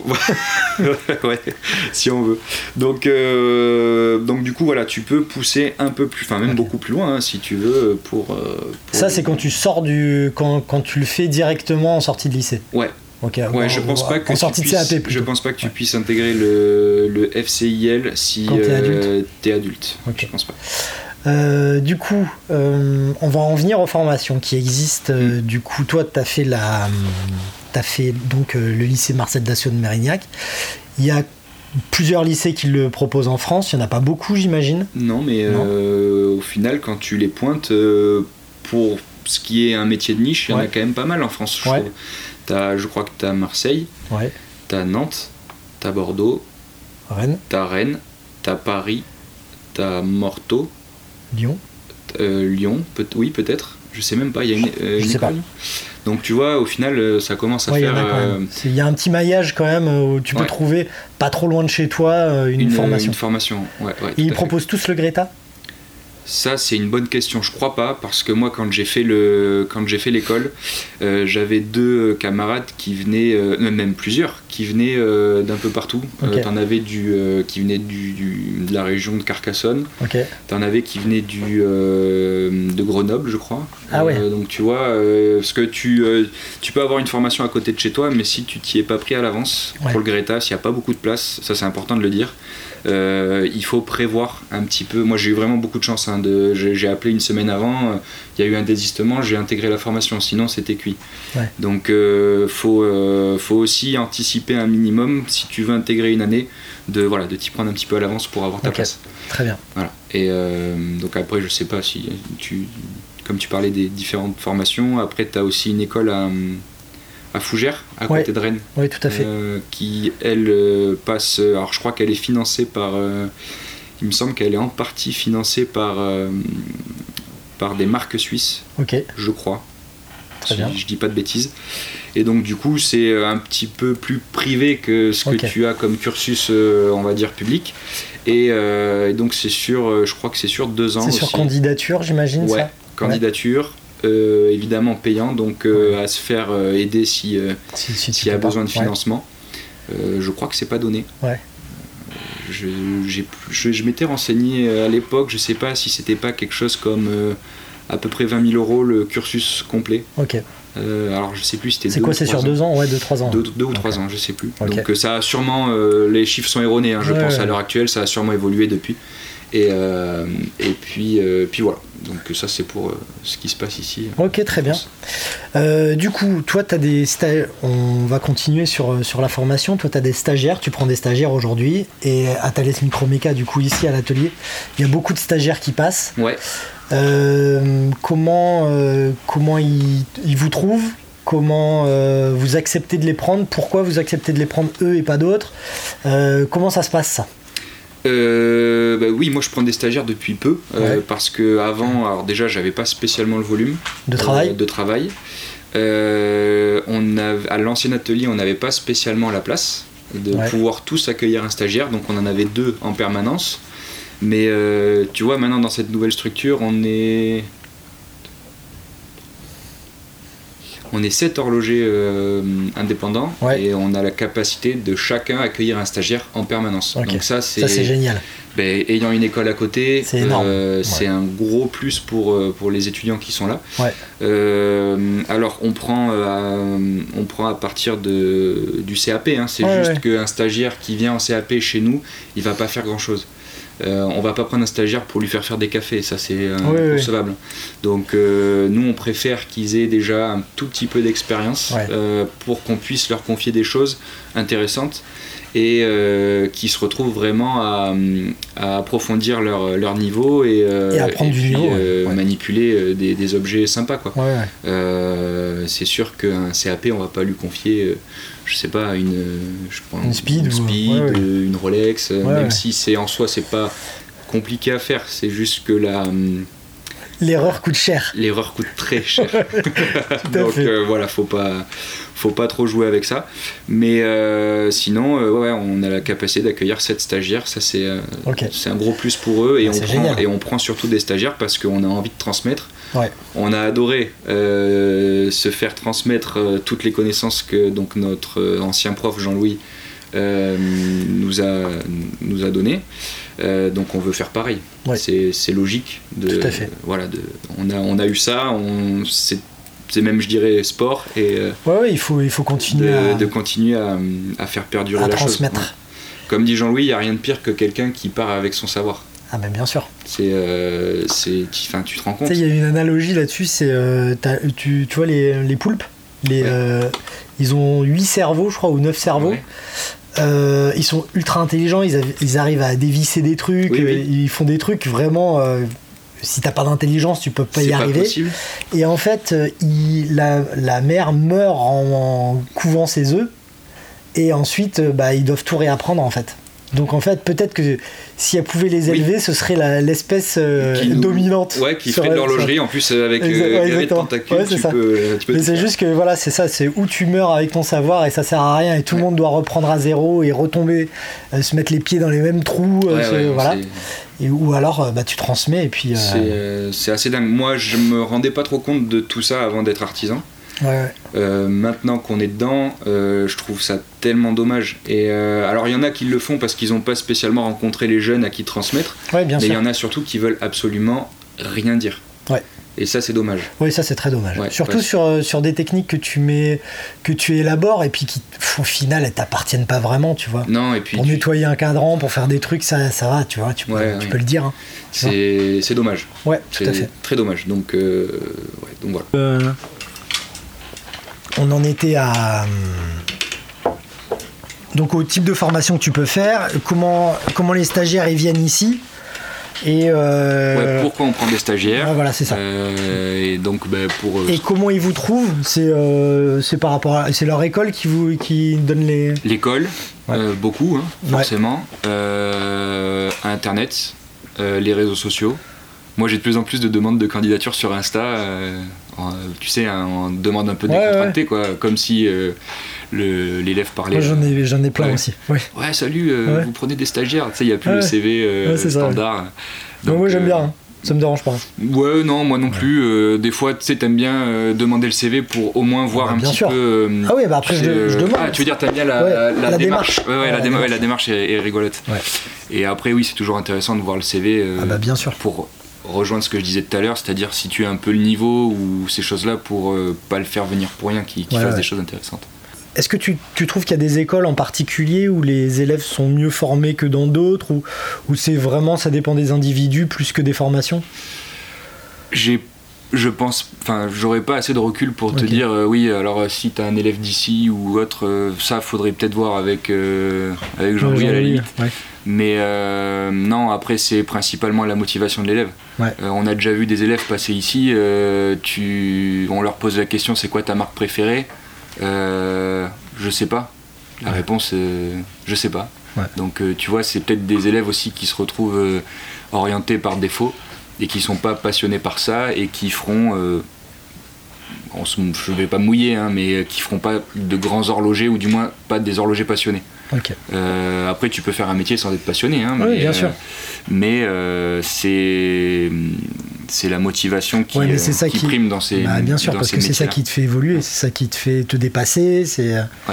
Ouais, si on veut. Donc, euh, donc du coup voilà, tu peux pousser un peu plus, enfin même okay. beaucoup plus loin hein, si tu veux pour. Euh, pour Ça le... c'est quand tu sors du, quand, quand tu le fais directement en sortie de lycée. Ouais. Okay, ouais, bon, je pense pas que en sortie tu de C A P puisses, je pense pas que tu ouais. puisses intégrer le, le F C I L si quand t'es adulte. Euh, t'es adulte. Okay. Je pense pas. Euh, du coup, euh, on va en venir aux formations qui existent. Euh, mm. Du coup, toi, tu as fait, la, t'as fait donc, euh, le lycée Marcel Dassault de Mérignac. Il y a plusieurs lycées qui le proposent en France. Il n'y en a pas beaucoup, j'imagine. Non, mais non. Euh, au final, quand tu les pointes, euh, pour ce qui est un métier de niche, il y en ouais. a quand même pas mal en France. Je, ouais. T'as, je crois que tu as Marseille, ouais. tu as Nantes, tu as Bordeaux, Rennes, tu as Rennes, tu as Paris, tu as Morteau. Lyon euh, Lyon, peut- oui peut-être, Je sais même pas, il y a une, euh, je une sais école. Pas. Donc tu vois, au final, ça commence à ouais, faire... Il y, euh... y a un petit maillage quand même où tu peux ouais. trouver, pas trop loin de chez toi, une, une formation. Une formation, ouais. ouais Et ils proposent tous le Greta ? Ça, c'est une bonne question. Je crois pas, parce que moi, quand j'ai fait le, quand j'ai fait l'école, euh, j'avais deux camarades qui venaient, euh, même plusieurs, qui venaient euh, d'un peu partout. Okay. Euh, t'en avais du, euh, qui venaient du, du, de la région de Carcassonne. Okay. T'en avais qui venaient du, euh, de Grenoble, je crois. Ah ouais. Euh, donc tu vois, euh, parce que tu, euh, tu peux avoir une formation à côté de chez toi, mais si tu t'y es pas pris à l'avance ouais. pour le Greta, s'il n'y a pas beaucoup de place, ça c'est important de le dire. Euh, il faut prévoir un petit peu. Moi j'ai eu vraiment beaucoup de chance hein, de, j'ai, j'ai appelé une semaine avant, il euh, y a eu un désistement, j'ai intégré la formation, sinon c'était cuit. Ouais. Donc euh, faut, euh, faut aussi anticiper un minimum si tu veux intégrer une année, de, voilà, de t'y prendre un petit peu à l'avance pour avoir ta okay. place. Très bien. Voilà. Et euh, donc après je sais pas si tu, comme tu parlais des différentes formations, après tu as aussi une école à à Fougères, à côté ouais. de Rennes. Oui, tout à fait. Euh, qui, elle, euh, passe... Alors, je crois qu'elle est financée par... Euh, il me semble qu'elle est en partie financée par, euh, par des marques suisses. Ok. Je crois. Très si bien. je dis pas de bêtises. Et donc, du coup, c'est un petit peu plus privé que ce que okay. tu as comme cursus, euh, on va dire, public. Et, euh, et donc, c'est sur... Je crois que c'est sur deux ans c'est aussi. C'est sur candidature, j'imagine, ouais, ça candidature. Ouais. Euh, évidemment payant, donc euh, ouais. à se faire euh, aider si, euh, si, si s'il y a besoin pas. de financement. Ouais. Euh, je crois que c'est pas donné. Ouais. Je, j'ai, je, je m'étais renseigné à l'époque, je sais pas si c'était pas quelque chose comme euh, à peu près vingt mille euros le cursus complet. Ok. Euh, alors je sais plus si c'était c'est quoi, c'est sur deux ans, ouais, deux trois ans. Deux, deux ou trois okay. ans, je sais plus. Okay. Donc ça a sûrement, euh, les chiffres sont erronés, hein, je ouais, pense ouais. à l'heure actuelle, ça a sûrement évolué depuis. Et, euh, et puis, euh, puis voilà. Donc ça c'est pour euh, ce qui se passe ici. Ok, très bien. Euh, du coup, toi tu as des stagiaires, on va continuer sur, sur la formation, toi tu as des stagiaires, tu prends des stagiaires aujourd'hui, et à Thales Microméca, du coup ici à l'atelier, il y a beaucoup de stagiaires qui passent. Ouais. Euh, comment, euh, comment ils, ils vous trouvent ? Comment euh, vous acceptez de les prendre ? Pourquoi vous acceptez de les prendre eux et pas d'autres ? euh, Comment ça se passe ça ? Euh, bah oui, moi je prends des stagiaires depuis peu euh, ouais. parce que avant, alors déjà j'avais pas spécialement le volume de travail. Euh, de travail. Euh, on a, à l'ancien atelier, on n'avait pas spécialement la place de ouais. pouvoir tous accueillir un stagiaire, donc on en avait deux en permanence. Mais euh, tu vois, maintenant dans cette nouvelle structure, on est on est sept horlogers euh, indépendants ouais. et on a la capacité de chacun accueillir un stagiaire en permanence. Okay. Donc ça c'est, ça, c'est génial. Ben, ayant une école à côté, c'est, énorme. Euh, ouais. c'est un gros plus pour, pour les étudiants qui sont là. Ouais. Euh, alors on prend, euh, on prend à partir de, du C A P, hein. C'est ouais, juste ouais. qu'un stagiaire qui vient en C A P chez nous, il va pas faire grand chose. Euh, on va pas prendre un stagiaire pour lui faire faire des cafés, ça c'est euh, oui, inconcevable. Oui. Donc euh, nous on préfère qu'ils aient déjà un tout petit peu d'expérience ouais. euh, pour qu'on puisse leur confier des choses intéressantes et euh, qui se retrouvent vraiment à, à approfondir leur, leur niveau et, euh, et, apprendre et du puis niveau, euh, ouais. manipuler des, des objets sympas quoi. Ouais, ouais. Euh, c'est sûr qu'un C A P on va pas lui confier euh, je sais pas une, je prends une speed, une, speed, ouais, ouais. une Rolex, ouais, même ouais. si c'est en soi c'est pas compliqué à faire, c'est juste que la l'erreur coûte cher. L'erreur coûte très cher. Donc euh, voilà, faut pas, faut pas trop jouer avec ça. Mais euh, sinon, euh, ouais, on a la capacité d'accueillir sept stagiaires. Ça c'est, euh, okay. c'est un gros plus pour eux. Et ah, on prend, génial. et on prend surtout des stagiaires parce qu'on a envie de transmettre. Ouais. On a adoré euh, se faire transmettre euh, toutes les connaissances que donc notre euh, ancien prof Jean-Louis euh, nous a nous a donné. Euh, donc on veut faire pareil. Ouais. C'est, c'est logique. De, Tout à fait. Euh, voilà, de, on, a, on a eu ça, on, c'est, c'est même, je dirais, sport. Et, euh, ouais, ouais, il faut, il faut continuer de, à... de continuer à, à faire perdurer à la transmettre. chose. Ouais. Comme dit Jean-Louis, il n'y a rien de pire que quelqu'un qui part avec son savoir. Ah ben bien sûr. C'est, euh, c'est, enfin, tu te rends compte. Il y a une analogie là-dessus, c'est, euh, tu, tu vois les, les poulpes, les, ouais. euh, ils ont huit cerveaux, je crois, ou neuf cerveaux. Ouais. Euh, ils sont ultra intelligents, ils, a, ils arrivent à dévisser des trucs, oui, oui. Ils font des trucs vraiment. Euh, si t'as pas d'intelligence, tu peux pas c'est y pas arriver. Possible. Et en fait, il, la, la mère meurt en, en couvant ses œufs, et ensuite, bah, ils doivent tout réapprendre en fait. Donc en fait, peut-être que si elle pouvait les élever, oui. ce serait la, l'espèce euh, nous, dominante. Ouais, qui ferait de l'horlogerie sur... en plus avec Exact, euh, ouais, gravé de tentacules. Ouais, c'est tu ça. peux, tu peux Mais c'est juste que voilà, c'est ça, c'est où tu meurs avec ton savoir et ça sert à rien et tout ouais. le monde doit reprendre à zéro et retomber, euh, se mettre les pieds dans les mêmes trous. Ouais, euh, ouais, ce, voilà. Et, ou alors bah, tu transmets et puis. Euh... C'est, euh, c'est assez dingue. Moi, je me rendais pas trop compte de tout ça avant d'être artisan. Ouais, ouais. Euh, maintenant qu'on est dedans, euh, je trouve ça tellement dommage. Et euh, alors il y en a qui le font parce qu'ils n'ont pas spécialement rencontré les jeunes à qui transmettre, ouais, bien mais il sûr. y en a surtout qui veulent absolument rien dire. Ouais. Et ça c'est dommage. Oui, ça c'est très dommage. Ouais, surtout parce... sur, sur des techniques que tu mets, que tu élabores et puis qui au final elles t'appartiennent pas vraiment, tu vois. Non, et puis pour tu... nettoyer un cadran, pour faire des trucs, ça, ça va, tu vois, tu peux, ouais, tu ouais. peux le dire. Hein, c'est, c'est dommage. Ouais, tout c'est à fait. Très dommage. Donc, euh, ouais, donc voilà. Euh... On en était à donc au type de formation que tu peux faire, comment comment les stagiaires ils viennent ici et euh... ouais, pourquoi on prend des stagiaires. Ouais, voilà, c'est ça. Euh, et donc bah, pour et comment ils vous trouvent, c'est euh, c'est par rapport à c'est leur école qui vous qui donne les l'école ouais. euh, beaucoup hein, forcément ouais. euh, internet, euh, les réseaux sociaux. Moi j'ai de plus en plus de demandes de candidature sur Insta. Euh, tu sais, hein, on demande un peu décontracté, ouais, ouais. quoi, comme si euh, le, l'élève parlait. Moi, j'en ai, j'en ai plein ouais. aussi. Ouais, ouais salut, euh, ouais. vous prenez des stagiaires, tu sais, il n'y a plus ouais. le C V euh, ouais, standard. Ça, ouais. Donc, moi, j'aime euh, bien, hein. Ça me dérange pas. Ouais, non, moi non ouais. plus. Euh, des fois, tu sais, t'aimes bien euh, demander le C V pour au moins voir bah, un petit sûr. peu. Euh, ah oui, bah après, je, euh, je demande. Ah, tu veux dire, t'aimes bien la, ouais, la, la, la démarche. démarche. Ouais, ouais, ouais, la, la, déma- démarche. ouais, la démarche est, est rigolote. Ouais. Et après, oui, c'est toujours intéressant de voir le C V. Euh, ah bah, bien sûr. Pour rejoindre ce que je disais tout à l'heure, c'est-à-dire si tu as un peu le niveau ou ces choses-là pour euh, pas le faire venir pour rien, qu'il, qu'il ouais, fasse ouais. des choses intéressantes. Est-ce que tu, tu trouves qu'il y a des écoles en particulier où les élèves sont mieux formés que dans d'autres, ou, ou c'est vraiment, ça dépend des individus plus que des formations ? J'ai, je pense, enfin, j'aurais pas assez de recul pour okay. te dire, euh, oui, alors euh, si t'as un élève d'ici ou autre, euh, ça faudrait peut-être voir avec, euh, avec Jean-Louis ouais, à la limite. Ouais. Mais euh, non, après c'est principalement la motivation de l'élève. Ouais. Euh, on a déjà vu des élèves passer ici, euh, tu, on leur pose la question, c'est quoi ta marque préférée ? euh, Je sais pas. La ouais. réponse, euh, je sais pas. Ouais. Donc euh, tu vois, c'est peut-être des élèves aussi qui se retrouvent euh, orientés par défaut et qui sont pas passionnés par ça et qui feront, euh, on se, je vais pas me mouiller, hein, mais qui feront pas de grands horlogers ou du moins pas des horlogers passionnés. Okay. Euh, après, tu peux faire un métier sans être passionné, hein, oui, mais, bien sûr. Euh, mais euh, c'est c'est la motivation qui, ouais, c'est euh, qui, qui prime dans ces bah, bien sûr, dans parce ces que c'est ça qui te fait évoluer, c'est ça qui te fait te dépasser. C'est. Ouais.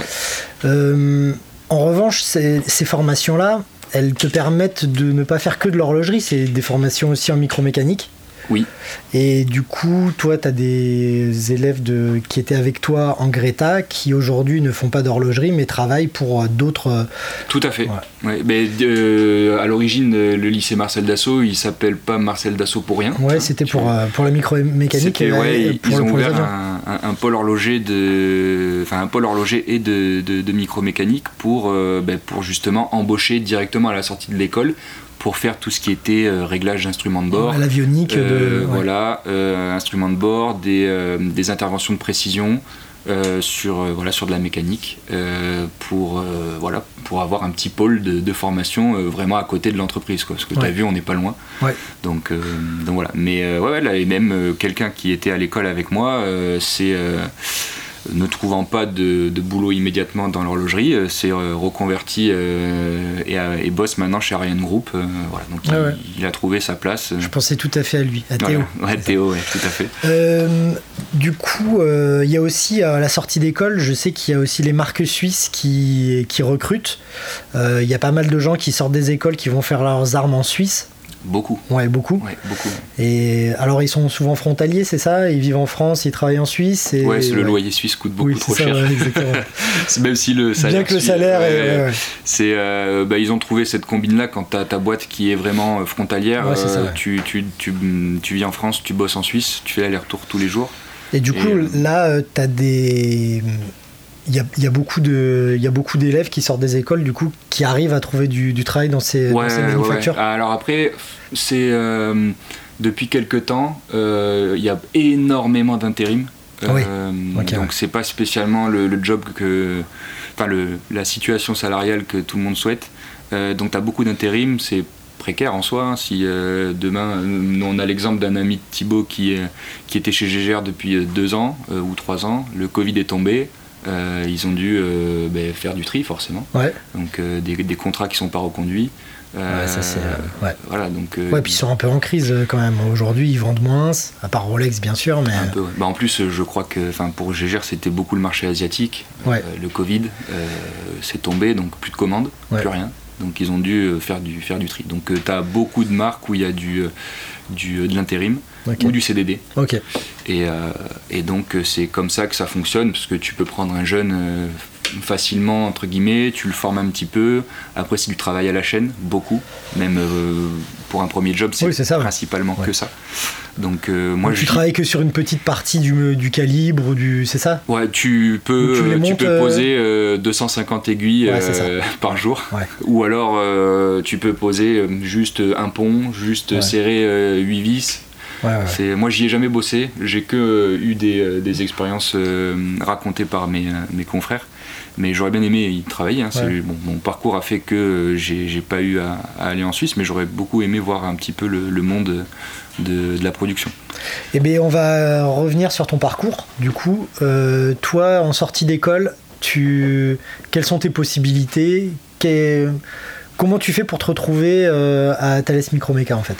Euh, en revanche, ces, ces formations-là, elles te permettent de ne pas faire que de l'horlogerie. C'est des formations aussi en micromécanique. Oui. Et du coup, toi, tu as des élèves de, qui étaient avec toi en Greta qui aujourd'hui ne font pas d'horlogerie mais travaillent pour d'autres. Tout à fait. Ouais. Ouais, mais, euh, à l'origine, le lycée Marcel Dassault, il s'appelle pas Marcel Dassault pour rien. Ouais, c'était pour, euh, pour la micromécanique. C'était, et ouais, pour ils le, ont pour ouvert un, un, un pôle horloger de, enfin un pôle horloger et de, de, de micromécanique pour, euh, ben, pour justement embaucher directement à la sortie de l'école. Pour faire tout ce qui était euh, réglage d'instruments de bord, ouais, l'avionique, euh, de... ouais. voilà, euh, instruments de bord, des, euh, des interventions de précision euh, sur, euh, voilà, sur de la mécanique, euh, pour, euh, voilà, pour avoir un petit pôle de, de formation euh, vraiment à côté de l'entreprise, quoi, parce que ouais. tu as vu, on n'est pas loin. Ouais. Donc, euh, donc voilà. Mais euh, ouais, là, et même euh, quelqu'un qui était à l'école avec moi, euh, c'est... Euh, ne trouvant pas de, de boulot immédiatement dans l'horlogerie, euh, s'est euh, reconverti euh, et, euh, et bosse maintenant chez Ariane Group. Euh, voilà, donc ah il, ouais. il a trouvé sa place. Je pensais tout à fait à lui, à Théo. Voilà. Ouais, Théo, ouais, tout à fait. Euh, du coup, il euh, y a aussi à la sortie d'école, je sais qu'il y a aussi les marques suisses qui, qui recrutent. Il euh, y a pas mal de gens qui sortent des écoles qui vont faire leurs armes en Suisse. Beaucoup. Ouais, beaucoup. Ouais, beaucoup. Et alors, ils sont souvent frontaliers, c'est ça ? Ils vivent en France, ils travaillent en Suisse. Et... Ouais, c'est ouais. le loyer suisse coûte beaucoup oui, trop ça, cher. Ouais, exactement. Même si le salaire. Bien que le salaire. Suisse, est, ouais, ouais, ouais. C'est, euh, bah, ils ont trouvé cette combine-là quand tu as ta boîte qui est vraiment frontalière. Ouais, c'est ça, ouais. euh, tu, tu, tu, tu vis en France, tu bosses en Suisse, tu fais l'aller-retour tous les jours. Et du coup, et, là, euh, tu as des. Il y a, y a beaucoup de, il y a beaucoup d'élèves qui sortent des écoles, du coup, qui arrivent à trouver du, du travail dans ces, ouais, dans ces manufactures. Ouais. Alors après, c'est euh, depuis quelques temps, il euh, y a énormément d'intérim. Ah oui. Euh, okay, donc ouais. c'est pas spécialement le, le job que, enfin le, la situation salariale que tout le monde souhaite. Euh, donc tu as beaucoup d'intérim, c'est précaire en soi. Hein. Si euh, demain, nous on a l'exemple d'un ami de Thibaut qui, euh, qui était chez G G R depuis deux ans euh, ou trois ans, le Covid est tombé. Euh, ils ont dû euh, bah, faire du tri forcément, ouais. donc euh, des, des contrats qui ne sont pas reconduits. Euh, ouais, ça c'est. Euh, ouais. Voilà, donc. Euh, ouais, puis ils sont un peu en crise quand même. Aujourd'hui, ils vendent moins, à part Rolex bien sûr, mais. Un peu. Ouais. Bah, en plus, je crois que, enfin, pour G G R, c'était beaucoup le marché asiatique. Ouais. Euh, le Covid, euh, c'est tombé, donc plus de commandes, ouais. plus rien. Donc ils ont dû faire du faire du tri. Donc euh, tu as beaucoup de marques où il y a du euh, du de l'intérim okay. ou du C D D. Okay. Et euh, et donc c'est comme ça que ça fonctionne, parce que tu peux prendre un jeune euh, facilement entre guillemets, tu le formes un petit peu. Après c'est du travail à la chaîne, beaucoup. Même euh, pour un premier job, c'est, oui, c'est ça, principalement ouais. que ça. Donc euh, moi donc, je tu dis... travailles que sur une petite partie du, du calibre, du c'est ça? Ouais, tu peux tu, tu peux euh... poser euh, deux cent cinquante aiguilles ouais, euh, par jour. Ouais. Ou alors euh, tu peux poser juste un pont, juste ouais. serrer euh, huit vis. Ouais, ouais. C'est, moi j'y ai jamais bossé, j'ai que euh, eu des, euh, des expériences euh, racontées par mes, euh, mes confrères. Mais j'aurais bien aimé y travailler. Hein. C'est, ouais. bon, mon parcours a fait que j'ai, j'ai pas eu à, à aller en Suisse, mais j'aurais beaucoup aimé voir un petit peu le, le monde de, de la production. Eh bien, on va revenir sur ton parcours. Du coup, euh, toi, en sortie d'école, tu... quelles sont tes possibilités? Qu'est... Comment tu fais pour te retrouver euh, à Thales Microméca en fait?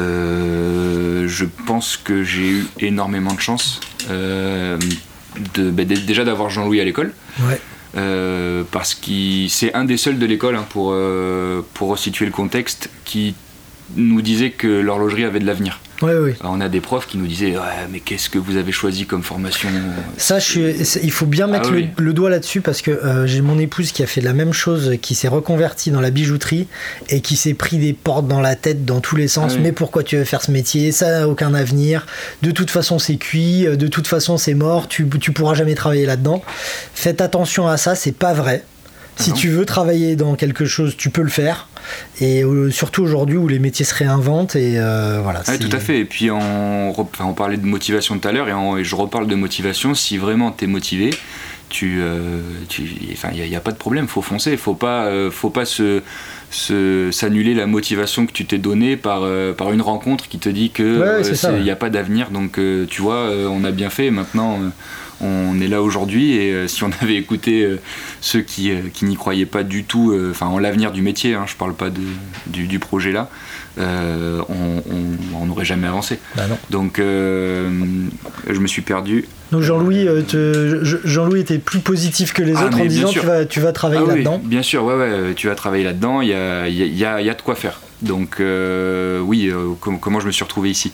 euh, Je pense que j'ai eu énormément de chance. Euh, de, bah, déjà d'avoir Jean-Louis à l'école. Ouais. Euh, parce que c'est un des seuls de l'école, hein, pour, euh, pour resituer le contexte, qui nous disait que l'horlogerie avait de l'avenir. Oui, oui. Alors, on a des profs qui nous disaient ouais, mais qu'est-ce que vous avez choisi comme formation? Ça, je suis, il faut bien mettre ah, oui. le, le doigt là-dessus parce que euh, j'ai mon épouse qui a fait la même chose, qui s'est reconvertie dans la bijouterie et qui s'est pris des portes dans la tête dans tous les sens. Ah, oui. Mais pourquoi tu veux faire ce métier? Ça n'a aucun avenir. De toute façon, c'est cuit. De toute façon, c'est mort. Tu, tu pourras jamais travailler là-dedans. Faites attention à ça, c'est pas vrai. Si ah, tu veux travailler dans quelque chose, tu peux le faire. Et surtout aujourd'hui où les métiers se réinventent et euh, voilà. Ah, tout à fait. Et puis on, enfin, on parlait de motivation tout à l'heure et, on, et je reparle de motivation. Si vraiment t'es motivé, tu, euh, tu, enfin, il n'y a, a pas de problème. Faut foncer. Faut pas, euh, faut pas se, se, s'annuler la motivation que tu t'es donnée par, euh, par une rencontre qui te dit que il ouais, n'y ouais. a pas d'avenir. Donc euh, tu vois, euh, on a bien fait. Maintenant. Euh, On est là aujourd'hui et euh, si on avait écouté euh, ceux qui, euh, qui n'y croyaient pas du tout, enfin euh, en l'avenir du métier, hein, je parle pas de, du, du projet là, euh, on n'aurait jamais avancé. Bah non. Donc euh, je me suis perdu. Donc Jean-Louis, euh, te, Jean-Louis était plus positif que les ah, autres en disant tu vas, tu vas travailler ah, là-dedans. Oui, bien sûr, ouais, ouais, tu vas travailler là-dedans, il y a, y, a, y a de quoi faire. Donc euh, oui, euh, com- comment je me suis retrouvé ici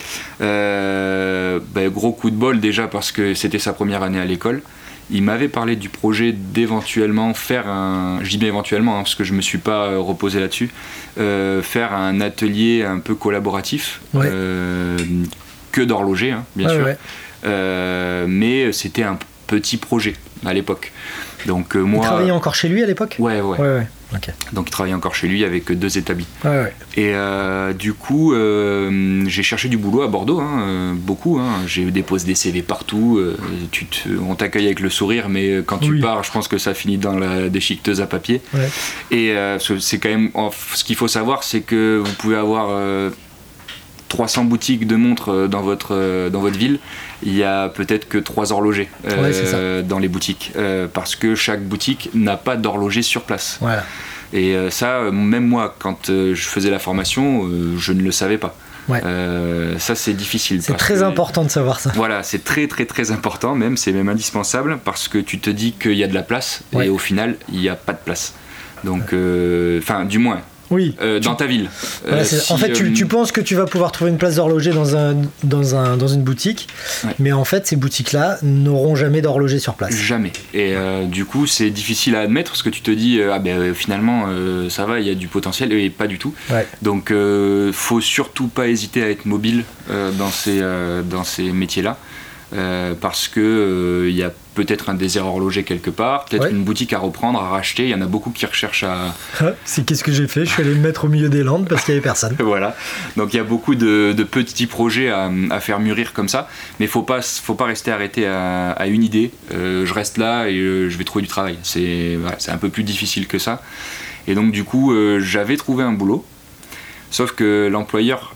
euh, bah, gros coup de bol déjà parce que c'était sa première année à l'école. Il m'avait parlé du projet d'éventuellement faire un, je dis bien éventuellement hein, parce que je me suis pas euh, reposé là-dessus, euh, faire un atelier un peu collaboratif, ouais. euh, que d'horloger hein, bien ouais, sûr, ouais. Euh, mais c'était un petit projet à l'époque. Donc euh, moi. Il travaillait encore chez lui à l'époque ? Ouais, ouais. ouais, ouais. Okay. Donc il travaillait encore chez lui avec deux établis. Ouais, ouais. Et euh, du coup, euh, j'ai cherché du boulot à Bordeaux, hein, euh, beaucoup. Hein. J'ai déposé des C V partout. Euh, tu te, on t'accueille avec le sourire, mais quand tu oui. pars, je pense que ça finit dans la déchiqueteuse à papier. Ouais. Et euh, c'est quand même. Ce qu'il faut savoir, c'est que vous pouvez avoir euh, trois cents boutiques de montres dans votre, dans votre ville. Il y a peut-être que trois horlogers euh, ouais, c'est ça. dans les boutiques euh, parce que chaque boutique n'a pas d'horloger sur place. Voilà. Et euh, ça, même moi, quand euh, je faisais la formation, euh, je ne le savais pas. Ouais. Euh, ça, c'est difficile. C'est très que, important de savoir ça. Voilà, c'est très très très important, même c'est même indispensable parce que tu te dis qu'il y a de la place ouais. et au final, il n'y a pas de place. Donc, enfin, euh, du moins. Oui. Euh, dans tu... ta ville. Voilà, euh, si, en fait, tu, euh... tu penses que tu vas pouvoir trouver une place d'horloger dans, un, dans, un, dans une boutique, ouais. mais en fait, ces boutiques-là n'auront jamais d'horloger sur place. Jamais. Et euh, du coup, c'est difficile à admettre parce que tu te dis, euh, ah ben euh, finalement, euh, ça va, il y a du potentiel, et pas du tout. Ouais. Donc, euh, faut surtout pas hésiter à être mobile euh, dans ces, euh, dans ces métiers-là. Euh, parce que il euh, y a peut-être un désert horloger quelque part, peut-être ouais. une boutique à reprendre, à racheter. Il y en a beaucoup qui recherchent à. C'est qu'est-ce que j'ai fait ? Je suis allé me mettre au milieu des Landes parce qu'il n'y avait personne. Voilà. Donc il y a beaucoup de, de petits projets à, à faire mûrir comme ça, mais faut pas, faut pas rester arrêté à, à une idée. Euh, je reste là et euh, je vais trouver du travail. C'est, voilà, c'est un peu plus difficile que ça. Et donc du coup, euh, j'avais trouvé un boulot. Sauf que l'employeur,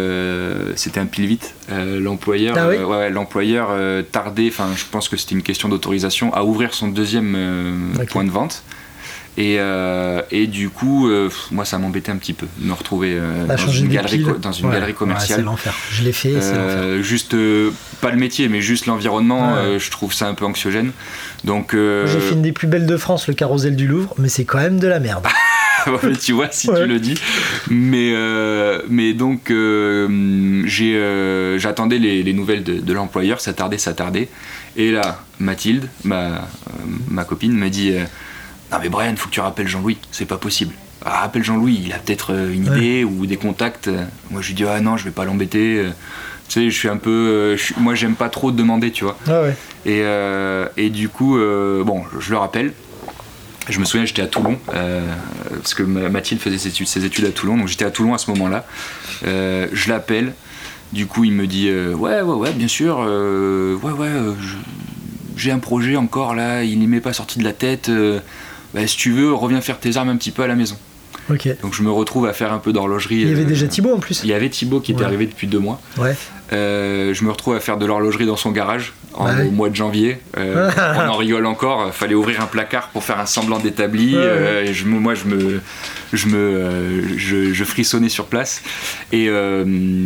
euh, c'était un pile vite. Euh, l'employeur, ah oui euh, ouais, l'employeur euh, tardait, enfin je pense que c'était une question d'autorisation, à ouvrir son deuxième euh, okay. point de vente. Et, euh, et du coup, euh, moi ça m'embêtait un petit peu de me retrouver euh, dans, une galerie, dans une ouais. galerie commerciale. Ouais, c'est l'enfer. Je l'ai fait, c'est euh, l'enfer. Juste, euh, pas le métier, mais juste l'environnement, ouais. euh, je trouve ça un peu anxiogène. Donc, euh... J'ai fait une des plus belles de France, le Carrousel du Louvre, mais c'est quand même de la merde. Tu vois, si ouais. tu le dis. Mais, euh, mais donc, euh, j'ai, euh, j'attendais les, les nouvelles de, de l'employeur, ça tardait, ça tardait. Et là, Mathilde, ma, euh, ma copine, m'a dit euh, non mais Brian, faut que tu rappelles Jean-Louis, c'est pas possible. Ah, rappelle Jean-Louis, il a peut-être une ouais. idée ou des contacts. Moi, je lui dis ah non, je vais pas l'embêter. Tu sais, je suis un peu. Je suis, moi, j'aime pas trop demander, tu vois. Ah ouais. Et, euh, et du coup, euh, bon, je le rappelle. Je me souviens, j'étais à Toulon, euh, parce que Mathilde faisait ses études, ses études à Toulon, donc j'étais à Toulon à ce moment-là. Euh, je l'appelle, du coup il me dit euh, ouais, ouais, ouais, bien sûr, euh, ouais, ouais, euh, je, j'ai un projet encore là, il ne m'est pas sorti de la tête. Euh, bah, si tu veux, reviens faire tes armes un petit peu à la maison. Okay. Donc je me retrouve à faire un peu d'horlogerie. Il y avait euh, déjà Thibaut en plus. Il y avait Thibaut qui était ouais. arrivé depuis deux mois. Ouais. Euh, je me retrouve à faire de l'horlogerie dans son garage en, ouais. au mois de janvier. Euh, on en rigole encore. Fallait ouvrir un placard pour faire un semblant d'établi. Ouais. Euh, et je, moi, je me, je me, euh, je, je frissonnais sur place. Et, euh,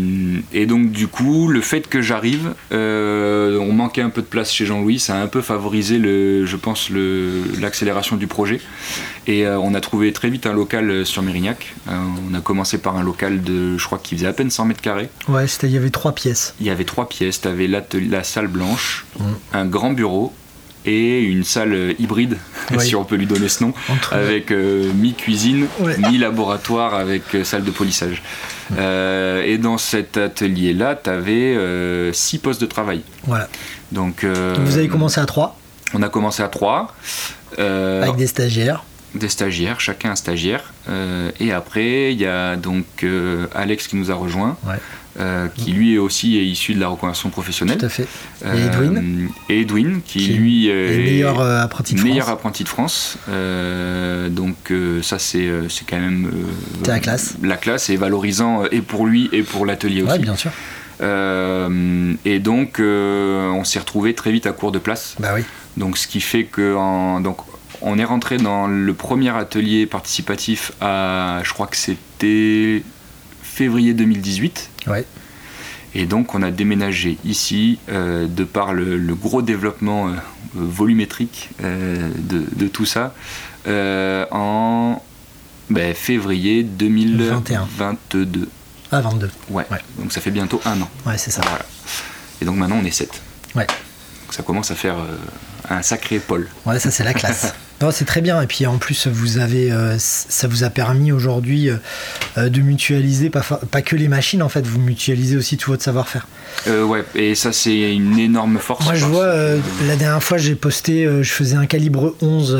et donc du coup, le fait que j'arrive, euh, on manquait un peu de place chez Jean-Louis. Ça a un peu favorisé, le, je pense, le, l'accélération du projet. Et euh, on a trouvé très vite un local sur Mérignac. Euh, on a commencé par un local de, je crois qu'il faisait à peine cent mètres carrés. Ouais, c'était, il y avait trois pièces. Il y avait trois pièces. Tu avais la salle blanche, mmh. un grand bureau et une salle hybride, oui. si on peut lui donner ce nom, Entre... avec euh, mi-cuisine, ouais. mi-laboratoire avec euh, salle de polissage. Mmh. Euh, et dans cet atelier-là, tu avais euh, six postes de travail. Voilà. Donc, euh, Donc vous avez commencé à trois. On a commencé à trois. Euh, avec des stagiaires. Des stagiaires, chacun un stagiaire. Euh, et après, il y a donc euh, Alex qui nous a rejoint, ouais. euh, qui lui aussi est issu de la reconversion professionnelle. Tout à fait. Et euh, Edwin. Et Edwin, qui, qui lui est le meilleur euh, apprenti de France. Meilleur apprenti de France. Euh, donc euh, ça, c'est, c'est quand même euh, c'est la classe. La classe est valorisant et pour lui et pour l'atelier aussi. Oui, bien sûr. Euh, et donc, euh, on s'est retrouvés très vite à court de place. Bah oui. Donc, ce qui fait que en, donc, on est rentré dans le premier atelier participatif à, je crois que c'était février deux mille dix-huit. Ouais. Et donc on a déménagé ici, euh, de par le, le gros développement euh, volumétrique euh, de, de tout ça, euh, en ben, février deux mille vingt-deux. Ah, vingt-deux. Ouais. ouais. Donc ça fait bientôt un an. Ouais, c'est ça. Voilà. Et donc maintenant on est sept. Ouais. Donc ça commence à faire euh, un sacré pôle. Ouais, ça c'est la classe. Non, c'est très bien. Et puis en plus, vous avez, euh, ça vous a permis aujourd'hui euh, de mutualiser, pas, pas que les machines, en fait, vous mutualisez aussi tout votre savoir-faire. Euh, ouais, et ça c'est une énorme force. Moi je vois, euh, la dernière fois j'ai posté, euh, je faisais un calibre onze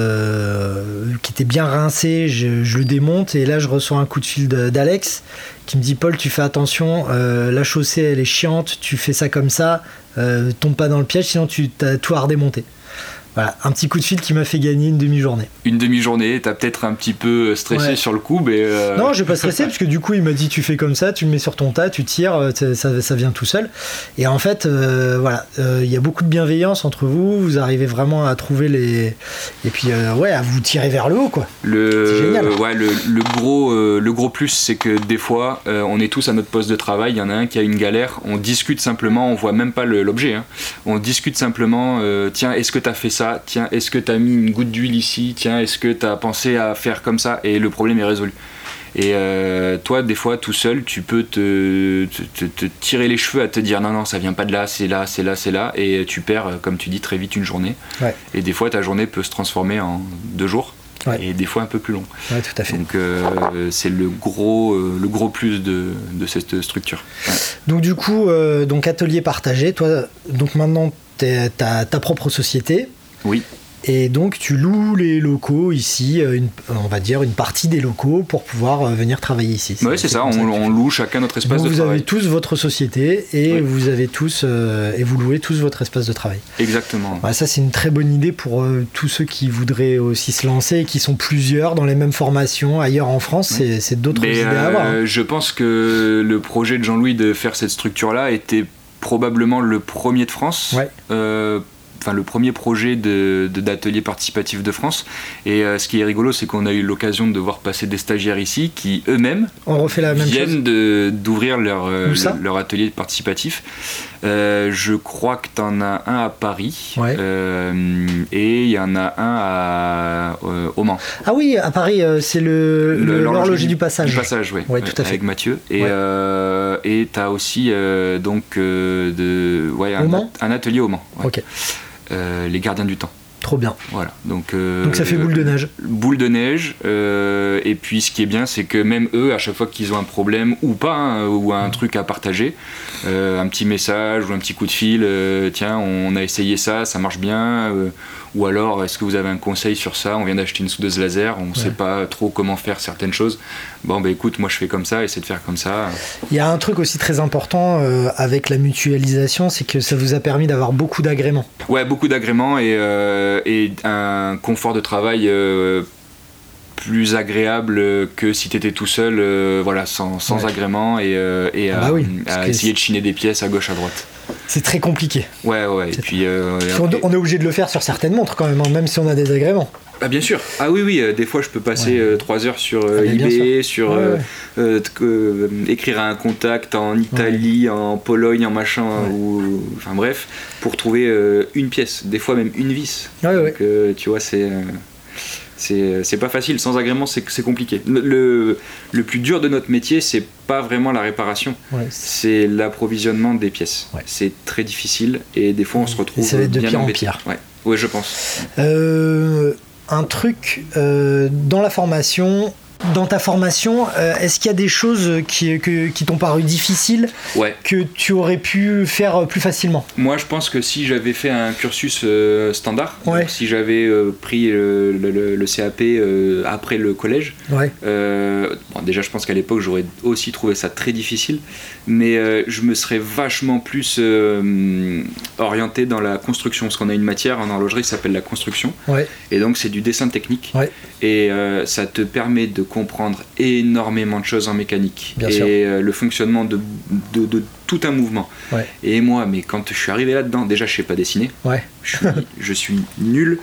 euh, qui était bien rincé, je, je le démonte et là je reçois un coup de fil de, d'Alex qui me dit Paul, tu fais attention, euh, la chaussée elle est chiante, tu fais ça comme ça, euh, tombe pas dans le piège sinon tu as tout à redémonter. Voilà, un petit coup de fil qui m'a fait gagner une demi-journée. Une demi-journée, t'as peut-être un petit peu stressé ouais. sur le coup, mais... Euh... Non, j'ai pas stressé, parce que du coup, il m'a dit, tu fais comme ça, tu le mets sur ton tas, tu tires, ça, ça vient tout seul. Et en fait, euh, voilà, il euh, y a beaucoup de bienveillance entre vous, vous arrivez vraiment à trouver les... Et puis, euh, ouais, à vous tirer vers le haut, quoi. Le... C'est génial. Ouais, le, le, gros, euh, le gros plus, c'est que des fois, euh, on est tous à notre poste de travail, il y en a un qui a une galère, on discute simplement, on voit même pas le, l'objet, hein. On discute simplement, euh, tiens, est-ce que t'as fait ça ? Tiens, est-ce que t'as mis une goutte d'huile ici ? Tiens, est-ce que t'as pensé à faire comme ça ? Et le problème est résolu. Et euh, toi, des fois, tout seul, tu peux te, te, te, te tirer les cheveux à te dire non, non, ça vient pas de là, c'est là, c'est là, c'est là. Et tu perds, comme tu dis, très vite une journée. Ouais. Et des fois, ta journée peut se transformer en deux jours. Ouais. Et des fois un peu plus long. Ouais, tout à fait. Donc euh, c'est le gros, euh, le gros plus de, de cette structure. Ouais. Donc du coup, euh, donc atelier partagé, toi, donc maintenant, t'as ta propre société. Oui. Et donc tu loues les locaux ici, une, on va dire une partie des locaux pour pouvoir venir travailler ici. Oui, c'est, c'est ça, on, on loue chacun notre espace donc de vous travail. Vous avez tous votre société et, oui. vous, avez tous, euh, et vous louez tous votre espace de travail. Exactement. Ouais, ça c'est une très bonne idée pour euh, tous ceux qui voudraient aussi se lancer et qui sont plusieurs dans les mêmes formations ailleurs en France, oui. c'est, c'est d'autres Mais idées euh, à avoir. Hein. Je pense que le projet de Jean-Louis de faire cette structure-là était probablement le premier de France. Ouais. Euh, Enfin, le premier projet de, de, d'atelier participatif de France. Et euh, ce qui est rigolo, c'est qu'on a eu l'occasion de voir passer des stagiaires ici qui eux-mêmes On refait la même viennent chose. De, d'ouvrir leur, euh, leur, leur atelier participatif. Euh, je crois que tu en as un à Paris ouais. euh, et il y en a un à, euh, au Mans. Ah oui, à Paris, euh, c'est le, le, l'horloger du, du passage. Du passage, oui. Ouais, tout à fait. Avec Mathieu. Et ouais. euh, et tu as aussi euh, donc, euh, de, ouais, un, un atelier au Mans. Ouais. Ok. Euh, les gardiens du temps. Trop bien. Voilà. Donc, euh, donc ça fait boule de neige. Boule de neige. Euh, et puis ce qui est bien, c'est que même eux, à chaque fois qu'ils ont un problème ou pas, hein, ou un mmh. truc à partager, euh, un petit message ou un petit coup de fil, euh, tiens, on a essayé ça, ça marche bien. Euh, ou alors, est-ce que vous avez un conseil sur ça ? On vient d'acheter une soudeuse laser, on ne ouais. sait pas trop comment faire certaines choses. Bon, bah écoute, moi je fais comme ça, essaie de faire comme ça. Il y a un truc aussi très important euh, avec la mutualisation, c'est que ça vous a permis d'avoir beaucoup d'agréments. Ouais, beaucoup d'agréments et, euh, et un confort de travail euh, plus agréable que si tu étais tout seul, euh, voilà, sans, sans ouais. agrément et, euh, et ah à, bah oui, à essayer de chiner des pièces à gauche, à droite. C'est très compliqué. Ouais, ouais. Et puis, euh, on, on est obligé de le faire sur certaines montres quand même, hein, même si on a des agréments. Ah, bien sûr. Ah oui, oui. Euh, des fois, je peux passer ouais. trois euh, heures sur euh, ah, eBay, sur ouais, ouais. Euh, euh, écrire à un contact en Italie, ouais. en Pologne, en machin, ouais. ou enfin bref, pour trouver euh, une pièce. Des fois même une vis. Ouais, Donc, ouais. Euh, tu vois, c'est. Euh, C'est, c'est pas facile, sans agrément c'est, c'est compliqué. Le, le plus dur de notre métier, c'est pas vraiment la réparation, ouais, c'est... c'est l'approvisionnement des pièces. Ouais. C'est très difficile et des fois on se retrouve. Et ça va être de bien pire embêté. en pire. Ouais, ouais je pense. Euh, un truc euh, dans la formation. Dans ta formation, euh, est-ce qu'il y a des choses qui, que, qui t'ont paru difficiles ouais. que tu aurais pu faire plus facilement ? Moi, je pense que si j'avais fait un cursus euh, standard, ouais. donc si j'avais euh, pris euh, le, le, le C A P euh, après le collège, ouais. euh, bon, déjà, je pense qu'à l'époque, j'aurais aussi trouvé ça très difficile, mais euh, je me serais vachement plus euh, orienté dans la construction, parce qu'on a une matière en horlogerie qui s'appelle la construction, ouais. et donc c'est du dessin technique, ouais. et euh, ça te permet de comprendre énormément de choses en mécanique Bien et sûr. Euh, le fonctionnement de, de, de tout un mouvement. Ouais. Et moi, mais quand je suis arrivé là-dedans, déjà je sais pas dessiner. Ouais. je, suis, je suis nul.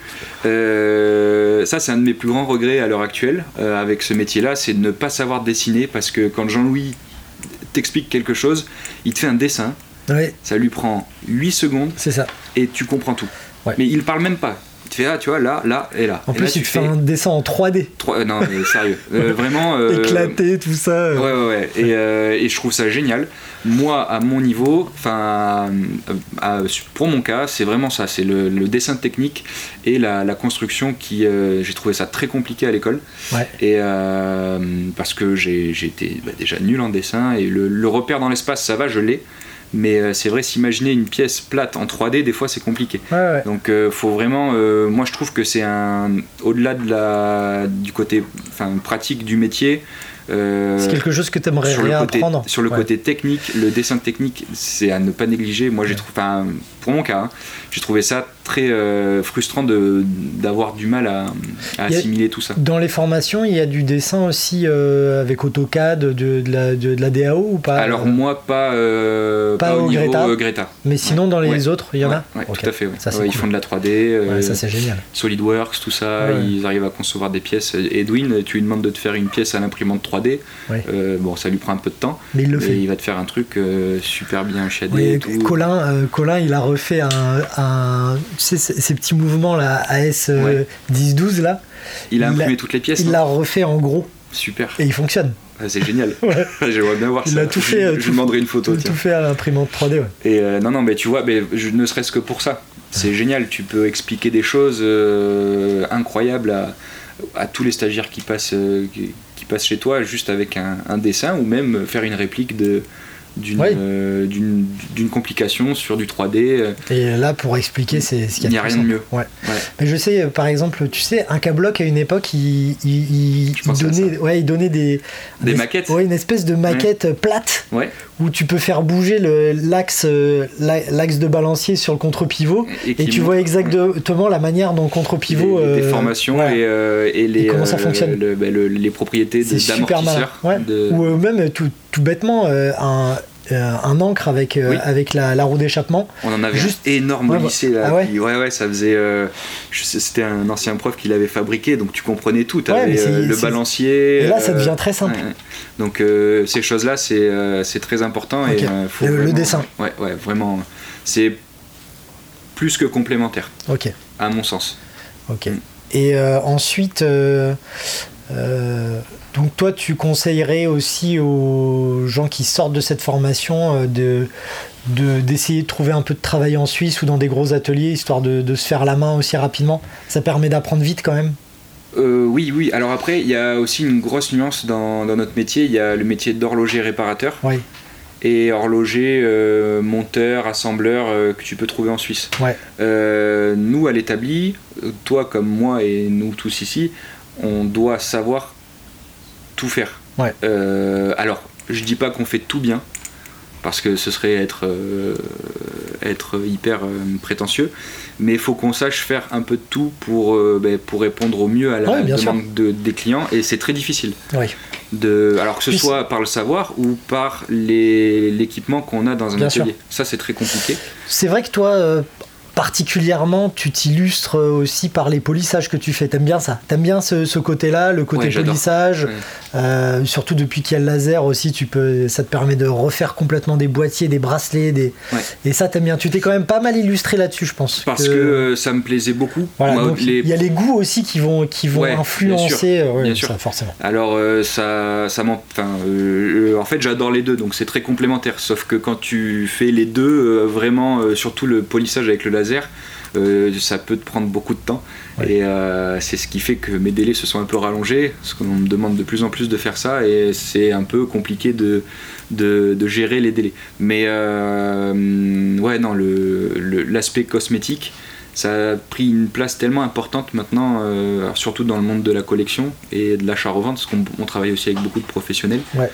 Euh, ça, c'est un de mes plus grands regrets à l'heure actuelle euh, avec ce métier-là, c'est de ne pas savoir dessiner parce que quand Jean-Louis t'explique quelque chose, il te fait un dessin. Ouais. Ça lui prend huit secondes. C'est ça. Et tu comprends tout. Ouais. Mais il parle même pas. Tu fais là, tu vois, là, là et là. En et plus, là, il te fait un dessin en trois D. trois Euh, non, mais sérieux. Euh, vraiment. Euh, Éclaté, tout ça. Euh... Ouais, ouais, ouais. Et, euh, et je trouve ça génial. Moi, à mon niveau, enfin, pour mon cas, c'est vraiment ça. C'est le, le dessin technique et la, la construction qui. Euh, j'ai trouvé ça très compliqué à l'école. Ouais. Et euh, parce que j'ai, j'ai été bah, déjà nul en dessin. Et le, le repère dans l'espace, ça va, je l'ai. Mais euh, c'est vrai, s'imaginer une pièce plate en trois D, des fois c'est compliqué. Ouais, ouais. Donc euh, faut vraiment. Euh, moi je trouve que c'est un. Au-delà de la, du côté pratique du métier. Euh, c'est quelque chose que tu aimerais réapprendre. Sur le ouais. côté technique, le dessin technique, c'est à ne pas négliger. Moi j'ai trouvé. Pour mon cas, hein, j'ai trouvé ça très euh, frustrant de, d'avoir du mal à, à assimiler tout ça. Dans les formations, il y a du dessin aussi euh, avec AutoCAD, de, de, la, de, de la D A O ou pas ? Alors moi, pas, euh, pas, pas au au niveau Greta, euh, Greta. Mais sinon, ouais. dans les ouais. autres, il y en ouais. a ouais, okay. Tout à fait. Ouais. Ça, c'est ouais, cool. Ils font de la trois D, euh, ouais, ça c'est génial. SolidWorks, tout ça, ouais. Ils arrivent à concevoir des pièces. Edwin, tu lui demandes de te faire une pièce à l'imprimante trois D. Ouais. Euh, bon, ça lui prend un peu de temps, mais il le fait. Il va te faire un truc euh, super bien shadé. Ouais, et tout. Colin, euh, Colin, il a refait un, un tu sais, ces petits mouvements là, A S euh, ouais. dix douze là. Il a imprimé il a, toutes les pièces. Il l'a refait en gros. Super. Et il fonctionne. Ah, c'est génial. Ouais. J'aimerais bien voir il ça. Il a tout fait. Je, je lui demanderai une photo. Tout, tout fait à l'imprimante trois D. Ouais. Et euh, non, non, mais tu vois, mais je, ne serait-ce que pour ça, c'est ouais. génial. Tu peux expliquer des choses euh, incroyables à, à tous les stagiaires qui passent, euh, qui, qui passent chez toi juste avec un, un dessin ou même faire une réplique de d'une, oui. euh, d'une, d'une complication sur du trois D. Et là, pour expliquer, c'est ce qu'il y a. Il n'y a rien de mieux. Ouais. Ouais. Mais je sais, par exemple, tu sais, Incabloc à une époque, il, il, il, il donnait, ouais, il donnait des, des es- maquettes. Ouais, une espèce de maquette ouais. plate ouais. où tu peux faire bouger le, l'axe, l'axe de balancier sur le contre-pivot et, et tu montre, vois exactement ouais. la manière dont le contre-pivot. Les, les euh, déformations ouais. et, euh, et, les, et comment ça fonctionne. Le, le, le, les propriétés de, d'amortisseur. Ouais. De... Ou euh, même tout, tout bêtement, euh, un. Euh, un ancre avec, euh, oui. avec la, la roue d'échappement. On en avait juste énorme ouais, lycée là. Ah ouais. Puis, ouais, ouais, ça faisait. Euh, je sais, c'était un ancien prof qui l'avait fabriqué, donc tu comprenais tout. T'avais ouais, euh, le balancier. Et là, ça devient très simple. Ouais, ouais. Donc euh, ces choses-là, c'est, euh, c'est très important. Okay. Et, euh, faut le, vraiment, le dessin. Ouais, ouais, vraiment. C'est plus que complémentaire. Ok. À mon sens. Ok. Mm. Et euh, ensuite. Euh, Euh, donc toi tu conseillerais aussi aux gens qui sortent de cette formation euh, de, de, d'essayer de trouver un peu de travail en Suisse ou dans des gros ateliers histoire de, de se faire la main aussi rapidement. Ça permet d'apprendre vite quand même. Euh, oui, oui. Alors après, il y a aussi une grosse nuance dans, dans notre métier. Il y a le métier d'horloger réparateur. Oui. Et horloger, euh, monteur, assembleur euh, que tu peux trouver en Suisse. Ouais. Euh, nous, à l'établi, toi comme moi et nous tous ici, on doit savoir tout faire. Ouais. Euh, alors, je dis pas qu'on fait tout bien, parce que ce serait être, euh, être hyper euh, prétentieux, mais il faut qu'on sache faire un peu de tout pour, euh, bah, pour répondre au mieux à la ouais, demande de, des clients, et c'est très difficile. Oui. De, alors que ce Puis soit par le savoir ou par les, l'équipement qu'on a dans un bien atelier. Sûr. Ça, c'est très compliqué. C'est vrai que toi... Euh... particulièrement, tu t'illustres aussi par les polissages que tu fais. T'aimes bien ça? T'aimes bien ce, ce côté-là, le côté ouais, polissage, ouais. euh, surtout depuis qu'il y a le laser aussi, tu peux, ça te permet de refaire complètement des boîtiers, des bracelets, des... Ouais. et ça t'aimes bien. Tu t'es quand même pas mal illustré là-dessus, je pense. Parce que, que euh, ça me plaisait beaucoup. Voilà, Moi, donc les... il y a les goûts aussi qui vont, qui vont ouais, influencer, bien sûr, ouais, bien ça, sûr. forcément. Alors euh, ça, ça m'en... Enfin, euh, en fait, j'adore les deux, donc c'est très complémentaire. Sauf que quand tu fais les deux, euh, vraiment, euh, surtout le polissage avec le laser. Euh, ça peut te prendre beaucoup de temps ouais. et euh, c'est ce qui fait que mes délais se sont un peu rallongés parce qu'on me demande de plus en plus de faire ça et c'est un peu compliqué de, de, de gérer les délais, mais euh, ouais non le, le, l'aspect cosmétique ça a pris une place tellement importante maintenant, euh, surtout dans le monde de la collection et de l'achat-revente, parce qu'on on travaille aussi avec beaucoup de professionnels. Ouais.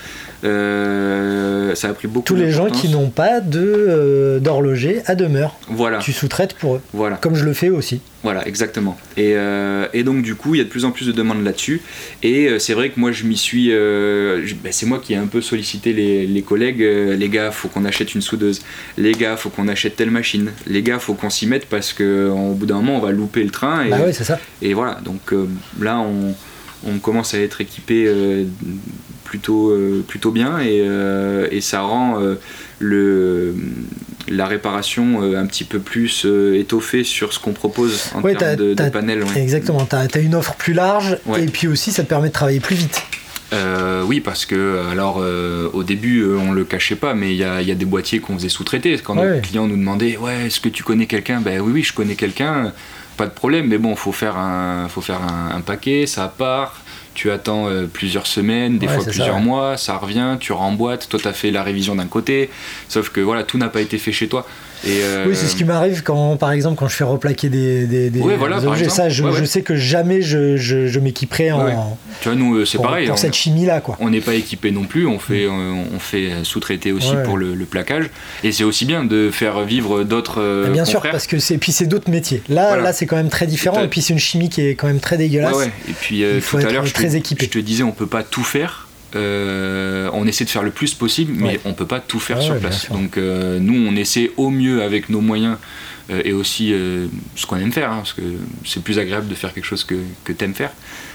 Euh, ça a pris beaucoup Tous les gens qui n'ont pas de, euh, d'horloger à demeure. Voilà. Tu sous-traites pour eux. Voilà. Comme je le fais aussi. Voilà, exactement. Et, euh, et donc du coup, il y a de plus en plus de demandes là-dessus. Et euh, c'est vrai que moi, je m'y suis... Euh, je, ben, c'est moi qui ai un peu sollicité les, les collègues. Euh, les gars, faut qu'on achète une soudeuse. Les gars, faut qu'on achète telle machine. Les gars, faut qu'on s'y mette parce qu'au bout d'un moment, on va louper le train. Et, bah ouais, c'est ça. Et voilà, donc euh, là, on, on commence à être équipé euh, plutôt, euh, plutôt bien. Et, euh, et ça rend... Euh, le, la réparation euh, un petit peu plus euh, étoffée sur ce qu'on propose en ouais, termes de, de panel. Ouais. Exactement, tu as une offre plus large ouais. et puis aussi ça te permet de travailler plus vite. Euh, oui, parce que alors euh, au début euh, on le cachait pas, mais il y a, y a des boîtiers qu'on faisait sous-traiter. Quand ouais. nos clients nous demandaient ouais, est-ce que tu connais quelqu'un? Ben oui, oui, je connais quelqu'un, pas de problème, mais bon, faut faire un, faut faire un, un paquet, ça part. Tu attends euh, plusieurs semaines, des ouais, fois plusieurs ça, ouais. mois, ça revient, tu remboîtes, toi tu as fait la révision d'un côté, sauf que voilà, tout n'a pas été fait chez toi. Et euh... Oui, c'est ce qui m'arrive quand, par exemple, quand je fais replaquer des, des, des, ouais, voilà, des objets. Ça, je, ouais, ouais. je sais que jamais je, je, je m'équiperai en. Ouais. Tu vois, nous, c'est pour, pareil. Pour on, cette chimie-là, quoi. On n'est pas équipé non plus. On fait, on, on fait sous-traiter aussi ouais. pour le, le plaquage. Et c'est aussi bien de faire vivre d'autres. Euh, bien sûr, parce que c'est puis c'est d'autres métiers. Là, voilà. là, c'est quand même très différent. Et puis c'est une chimie qui est quand même très dégueulasse. Ouais, ouais. Et puis euh, il faut tout être à l'heure, très je te, équipé. je te disais, on peut pas tout faire. Euh, on essaie de faire le plus possible, mais ouais. on peut pas tout faire ouais, sur ouais, place. Donc euh, nous, on essaie au mieux avec nos moyens euh, et aussi euh, ce qu'on aime faire, hein, parce que c'est plus agréable de faire quelque chose que, que t'aimes faire,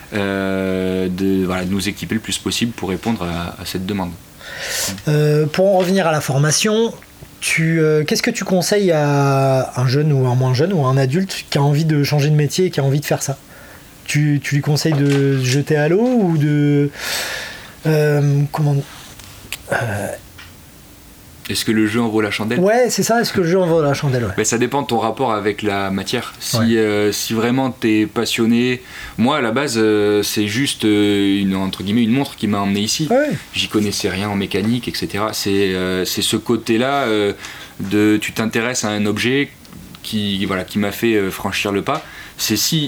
euh, de, voilà, de nous équiper le plus possible pour répondre à, à cette demande. Euh, pour en revenir à la formation, tu, euh, qu'est-ce que tu conseilles à un jeune ou un moins jeune ou un adulte qui a envie de changer de métier et qui a envie de faire ça? Tu, tu lui conseilles de se jeter à l'eau ou de... Euh, comment euh, Est-ce que le jeu en vaut la chandelle ? Ouais, c'est ça, est-ce que le jeu en vaut la chandelle, ouais. Ben, ça dépend de ton rapport avec la matière. Si, ouais. euh, si vraiment t'es passionné... Moi, à la base, euh, c'est juste euh, une, entre guillemets, une montre qui m'a emmené ici. Ouais. J'y connaissais rien en mécanique, et cetera. C'est, euh, c'est ce côté-là euh, de... Tu t'intéresses à un objet qui, voilà, qui m'a fait euh, franchir le pas. C'est si...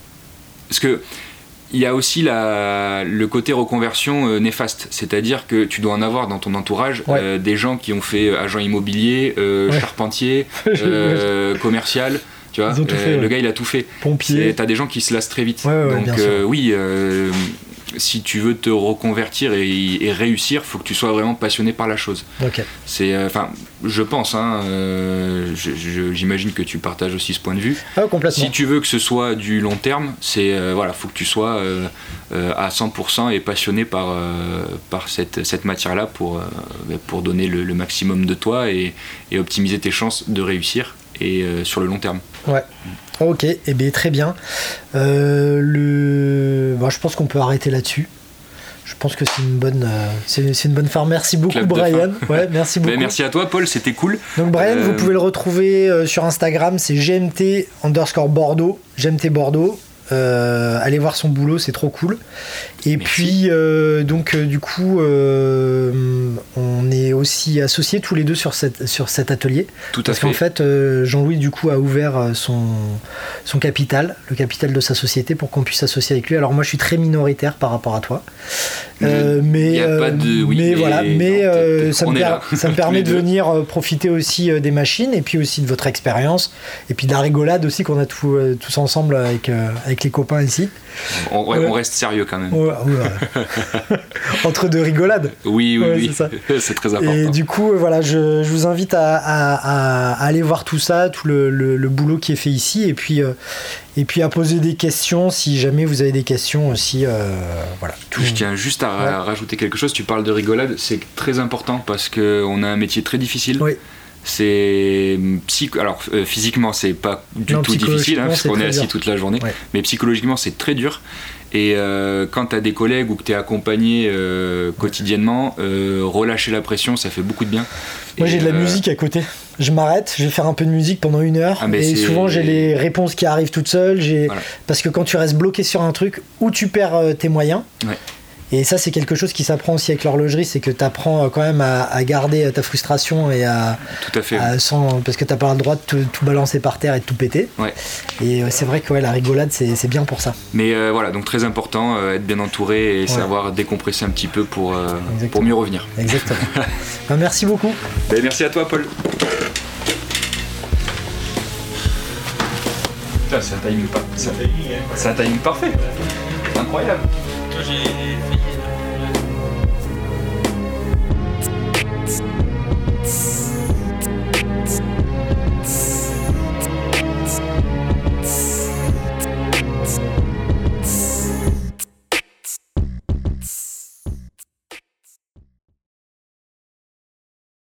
Parce que... Il y a aussi la, le côté reconversion euh, néfaste, c'est-à-dire que tu dois en avoir dans ton entourage ouais. euh, des gens qui ont fait agent immobilier, euh, ouais. charpentier, euh, commercial, tu vois. Ils ont tout euh, fait, le ouais. gars il a tout fait. Pompier. T'as des gens qui se lassent très vite. Ouais, ouais, Donc bien euh, sûr. oui, euh, si tu veux te reconvertir et, et réussir, faut que tu sois vraiment passionné par la chose. Ok. C'est, enfin, euh, je pense, hein, euh, je, je, j'imagine que tu partages aussi ce point de vue. Ah, complètement. Si tu veux que ce soit du long terme, c'est euh, voilà, faut que tu sois euh, euh, à cent pour cent et passionné par euh, par cette cette matière-là pour euh, pour donner le, le maximum de toi et, et optimiser tes chances de réussir et euh, sur le long terme. Ouais. Ok, et eh bien très bien. Euh, le... bon, je pense qu'on peut arrêter là-dessus. Je pense que c'est une bonne, euh, c'est, c'est une bonne fin. Merci beaucoup, Club Brian. Ouais, merci beaucoup. Ben, merci à toi, Paul. C'était cool. Donc Brian, euh... vous pouvez le retrouver euh, sur Instagram. C'est G M T underscore Bordeaux. G M T Bordeaux. Euh, allez voir son boulot, c'est trop cool. Et Merci. puis euh, donc euh, du coup euh, on est aussi associés tous les deux sur, cette, sur cet atelier. Tout à parce fait. qu'en fait euh, Jean-Louis du coup a ouvert son, son capital, le capital de sa société pour qu'on puisse s'associer avec lui. Alors moi je suis très minoritaire par rapport à toi. Euh, mais, y a pas de, oui, mais, mais voilà, mais non, euh, ça, me per- ça me permet de deux. venir profiter aussi des machines et puis aussi de votre expérience et puis de la rigolade aussi qu'on a tout, tous ensemble avec, avec les copains ici. On, ouais, ouais. on reste sérieux quand même. Ouais, ouais. Entre deux rigolades. Oui, oui, ouais, oui. C'est, ça. c'est très important. Et du coup, voilà, je, je vous invite à, à, à aller voir tout ça, tout le, le, le boulot qui est fait ici, et puis, euh, et puis à poser des questions si jamais vous avez des questions aussi. Euh, voilà. Tout... Je tiens juste à ouais. rajouter quelque chose. Tu parles de rigolade, c'est très important parce qu'on a un métier très difficile. Oui. C'est psych... alors euh, physiquement c'est pas du non, tout difficile hein, parce qu'on est assis dur. toute la journée, ouais. mais psychologiquement c'est très dur. Et euh, quand tu as des collègues ou que tu es accompagné euh, quotidiennement, euh, relâcher la pression, ça fait beaucoup de bien. Moi et j'ai de la euh... musique à côté. Je m'arrête, je vais faire un peu de musique pendant une heure. Ah, et c'est... souvent j'ai les réponses qui arrivent toutes seules. J'ai... Voilà. Parce que quand tu restes bloqué sur un truc, où tu perds euh, tes moyens. Ouais. Et ça, c'est quelque chose qui s'apprend aussi avec l'horlogerie, c'est que tu apprends quand même à, à garder ta frustration et à. Tout à fait. À, sans, parce que tu n'as pas le droit de tout, tout balancer par terre et de tout péter. Ouais. Et c'est vrai que ouais, la rigolade, c'est, c'est bien pour ça. Mais euh, voilà, donc très important, euh, être bien entouré et ouais. savoir décompresser un petit peu pour, euh, pour mieux revenir. Exactement. Ben, merci beaucoup. Ben, merci à toi, Paul. Putain, c'est un timing, pas... c'est un timing parfait. Incroyable. J'ai failli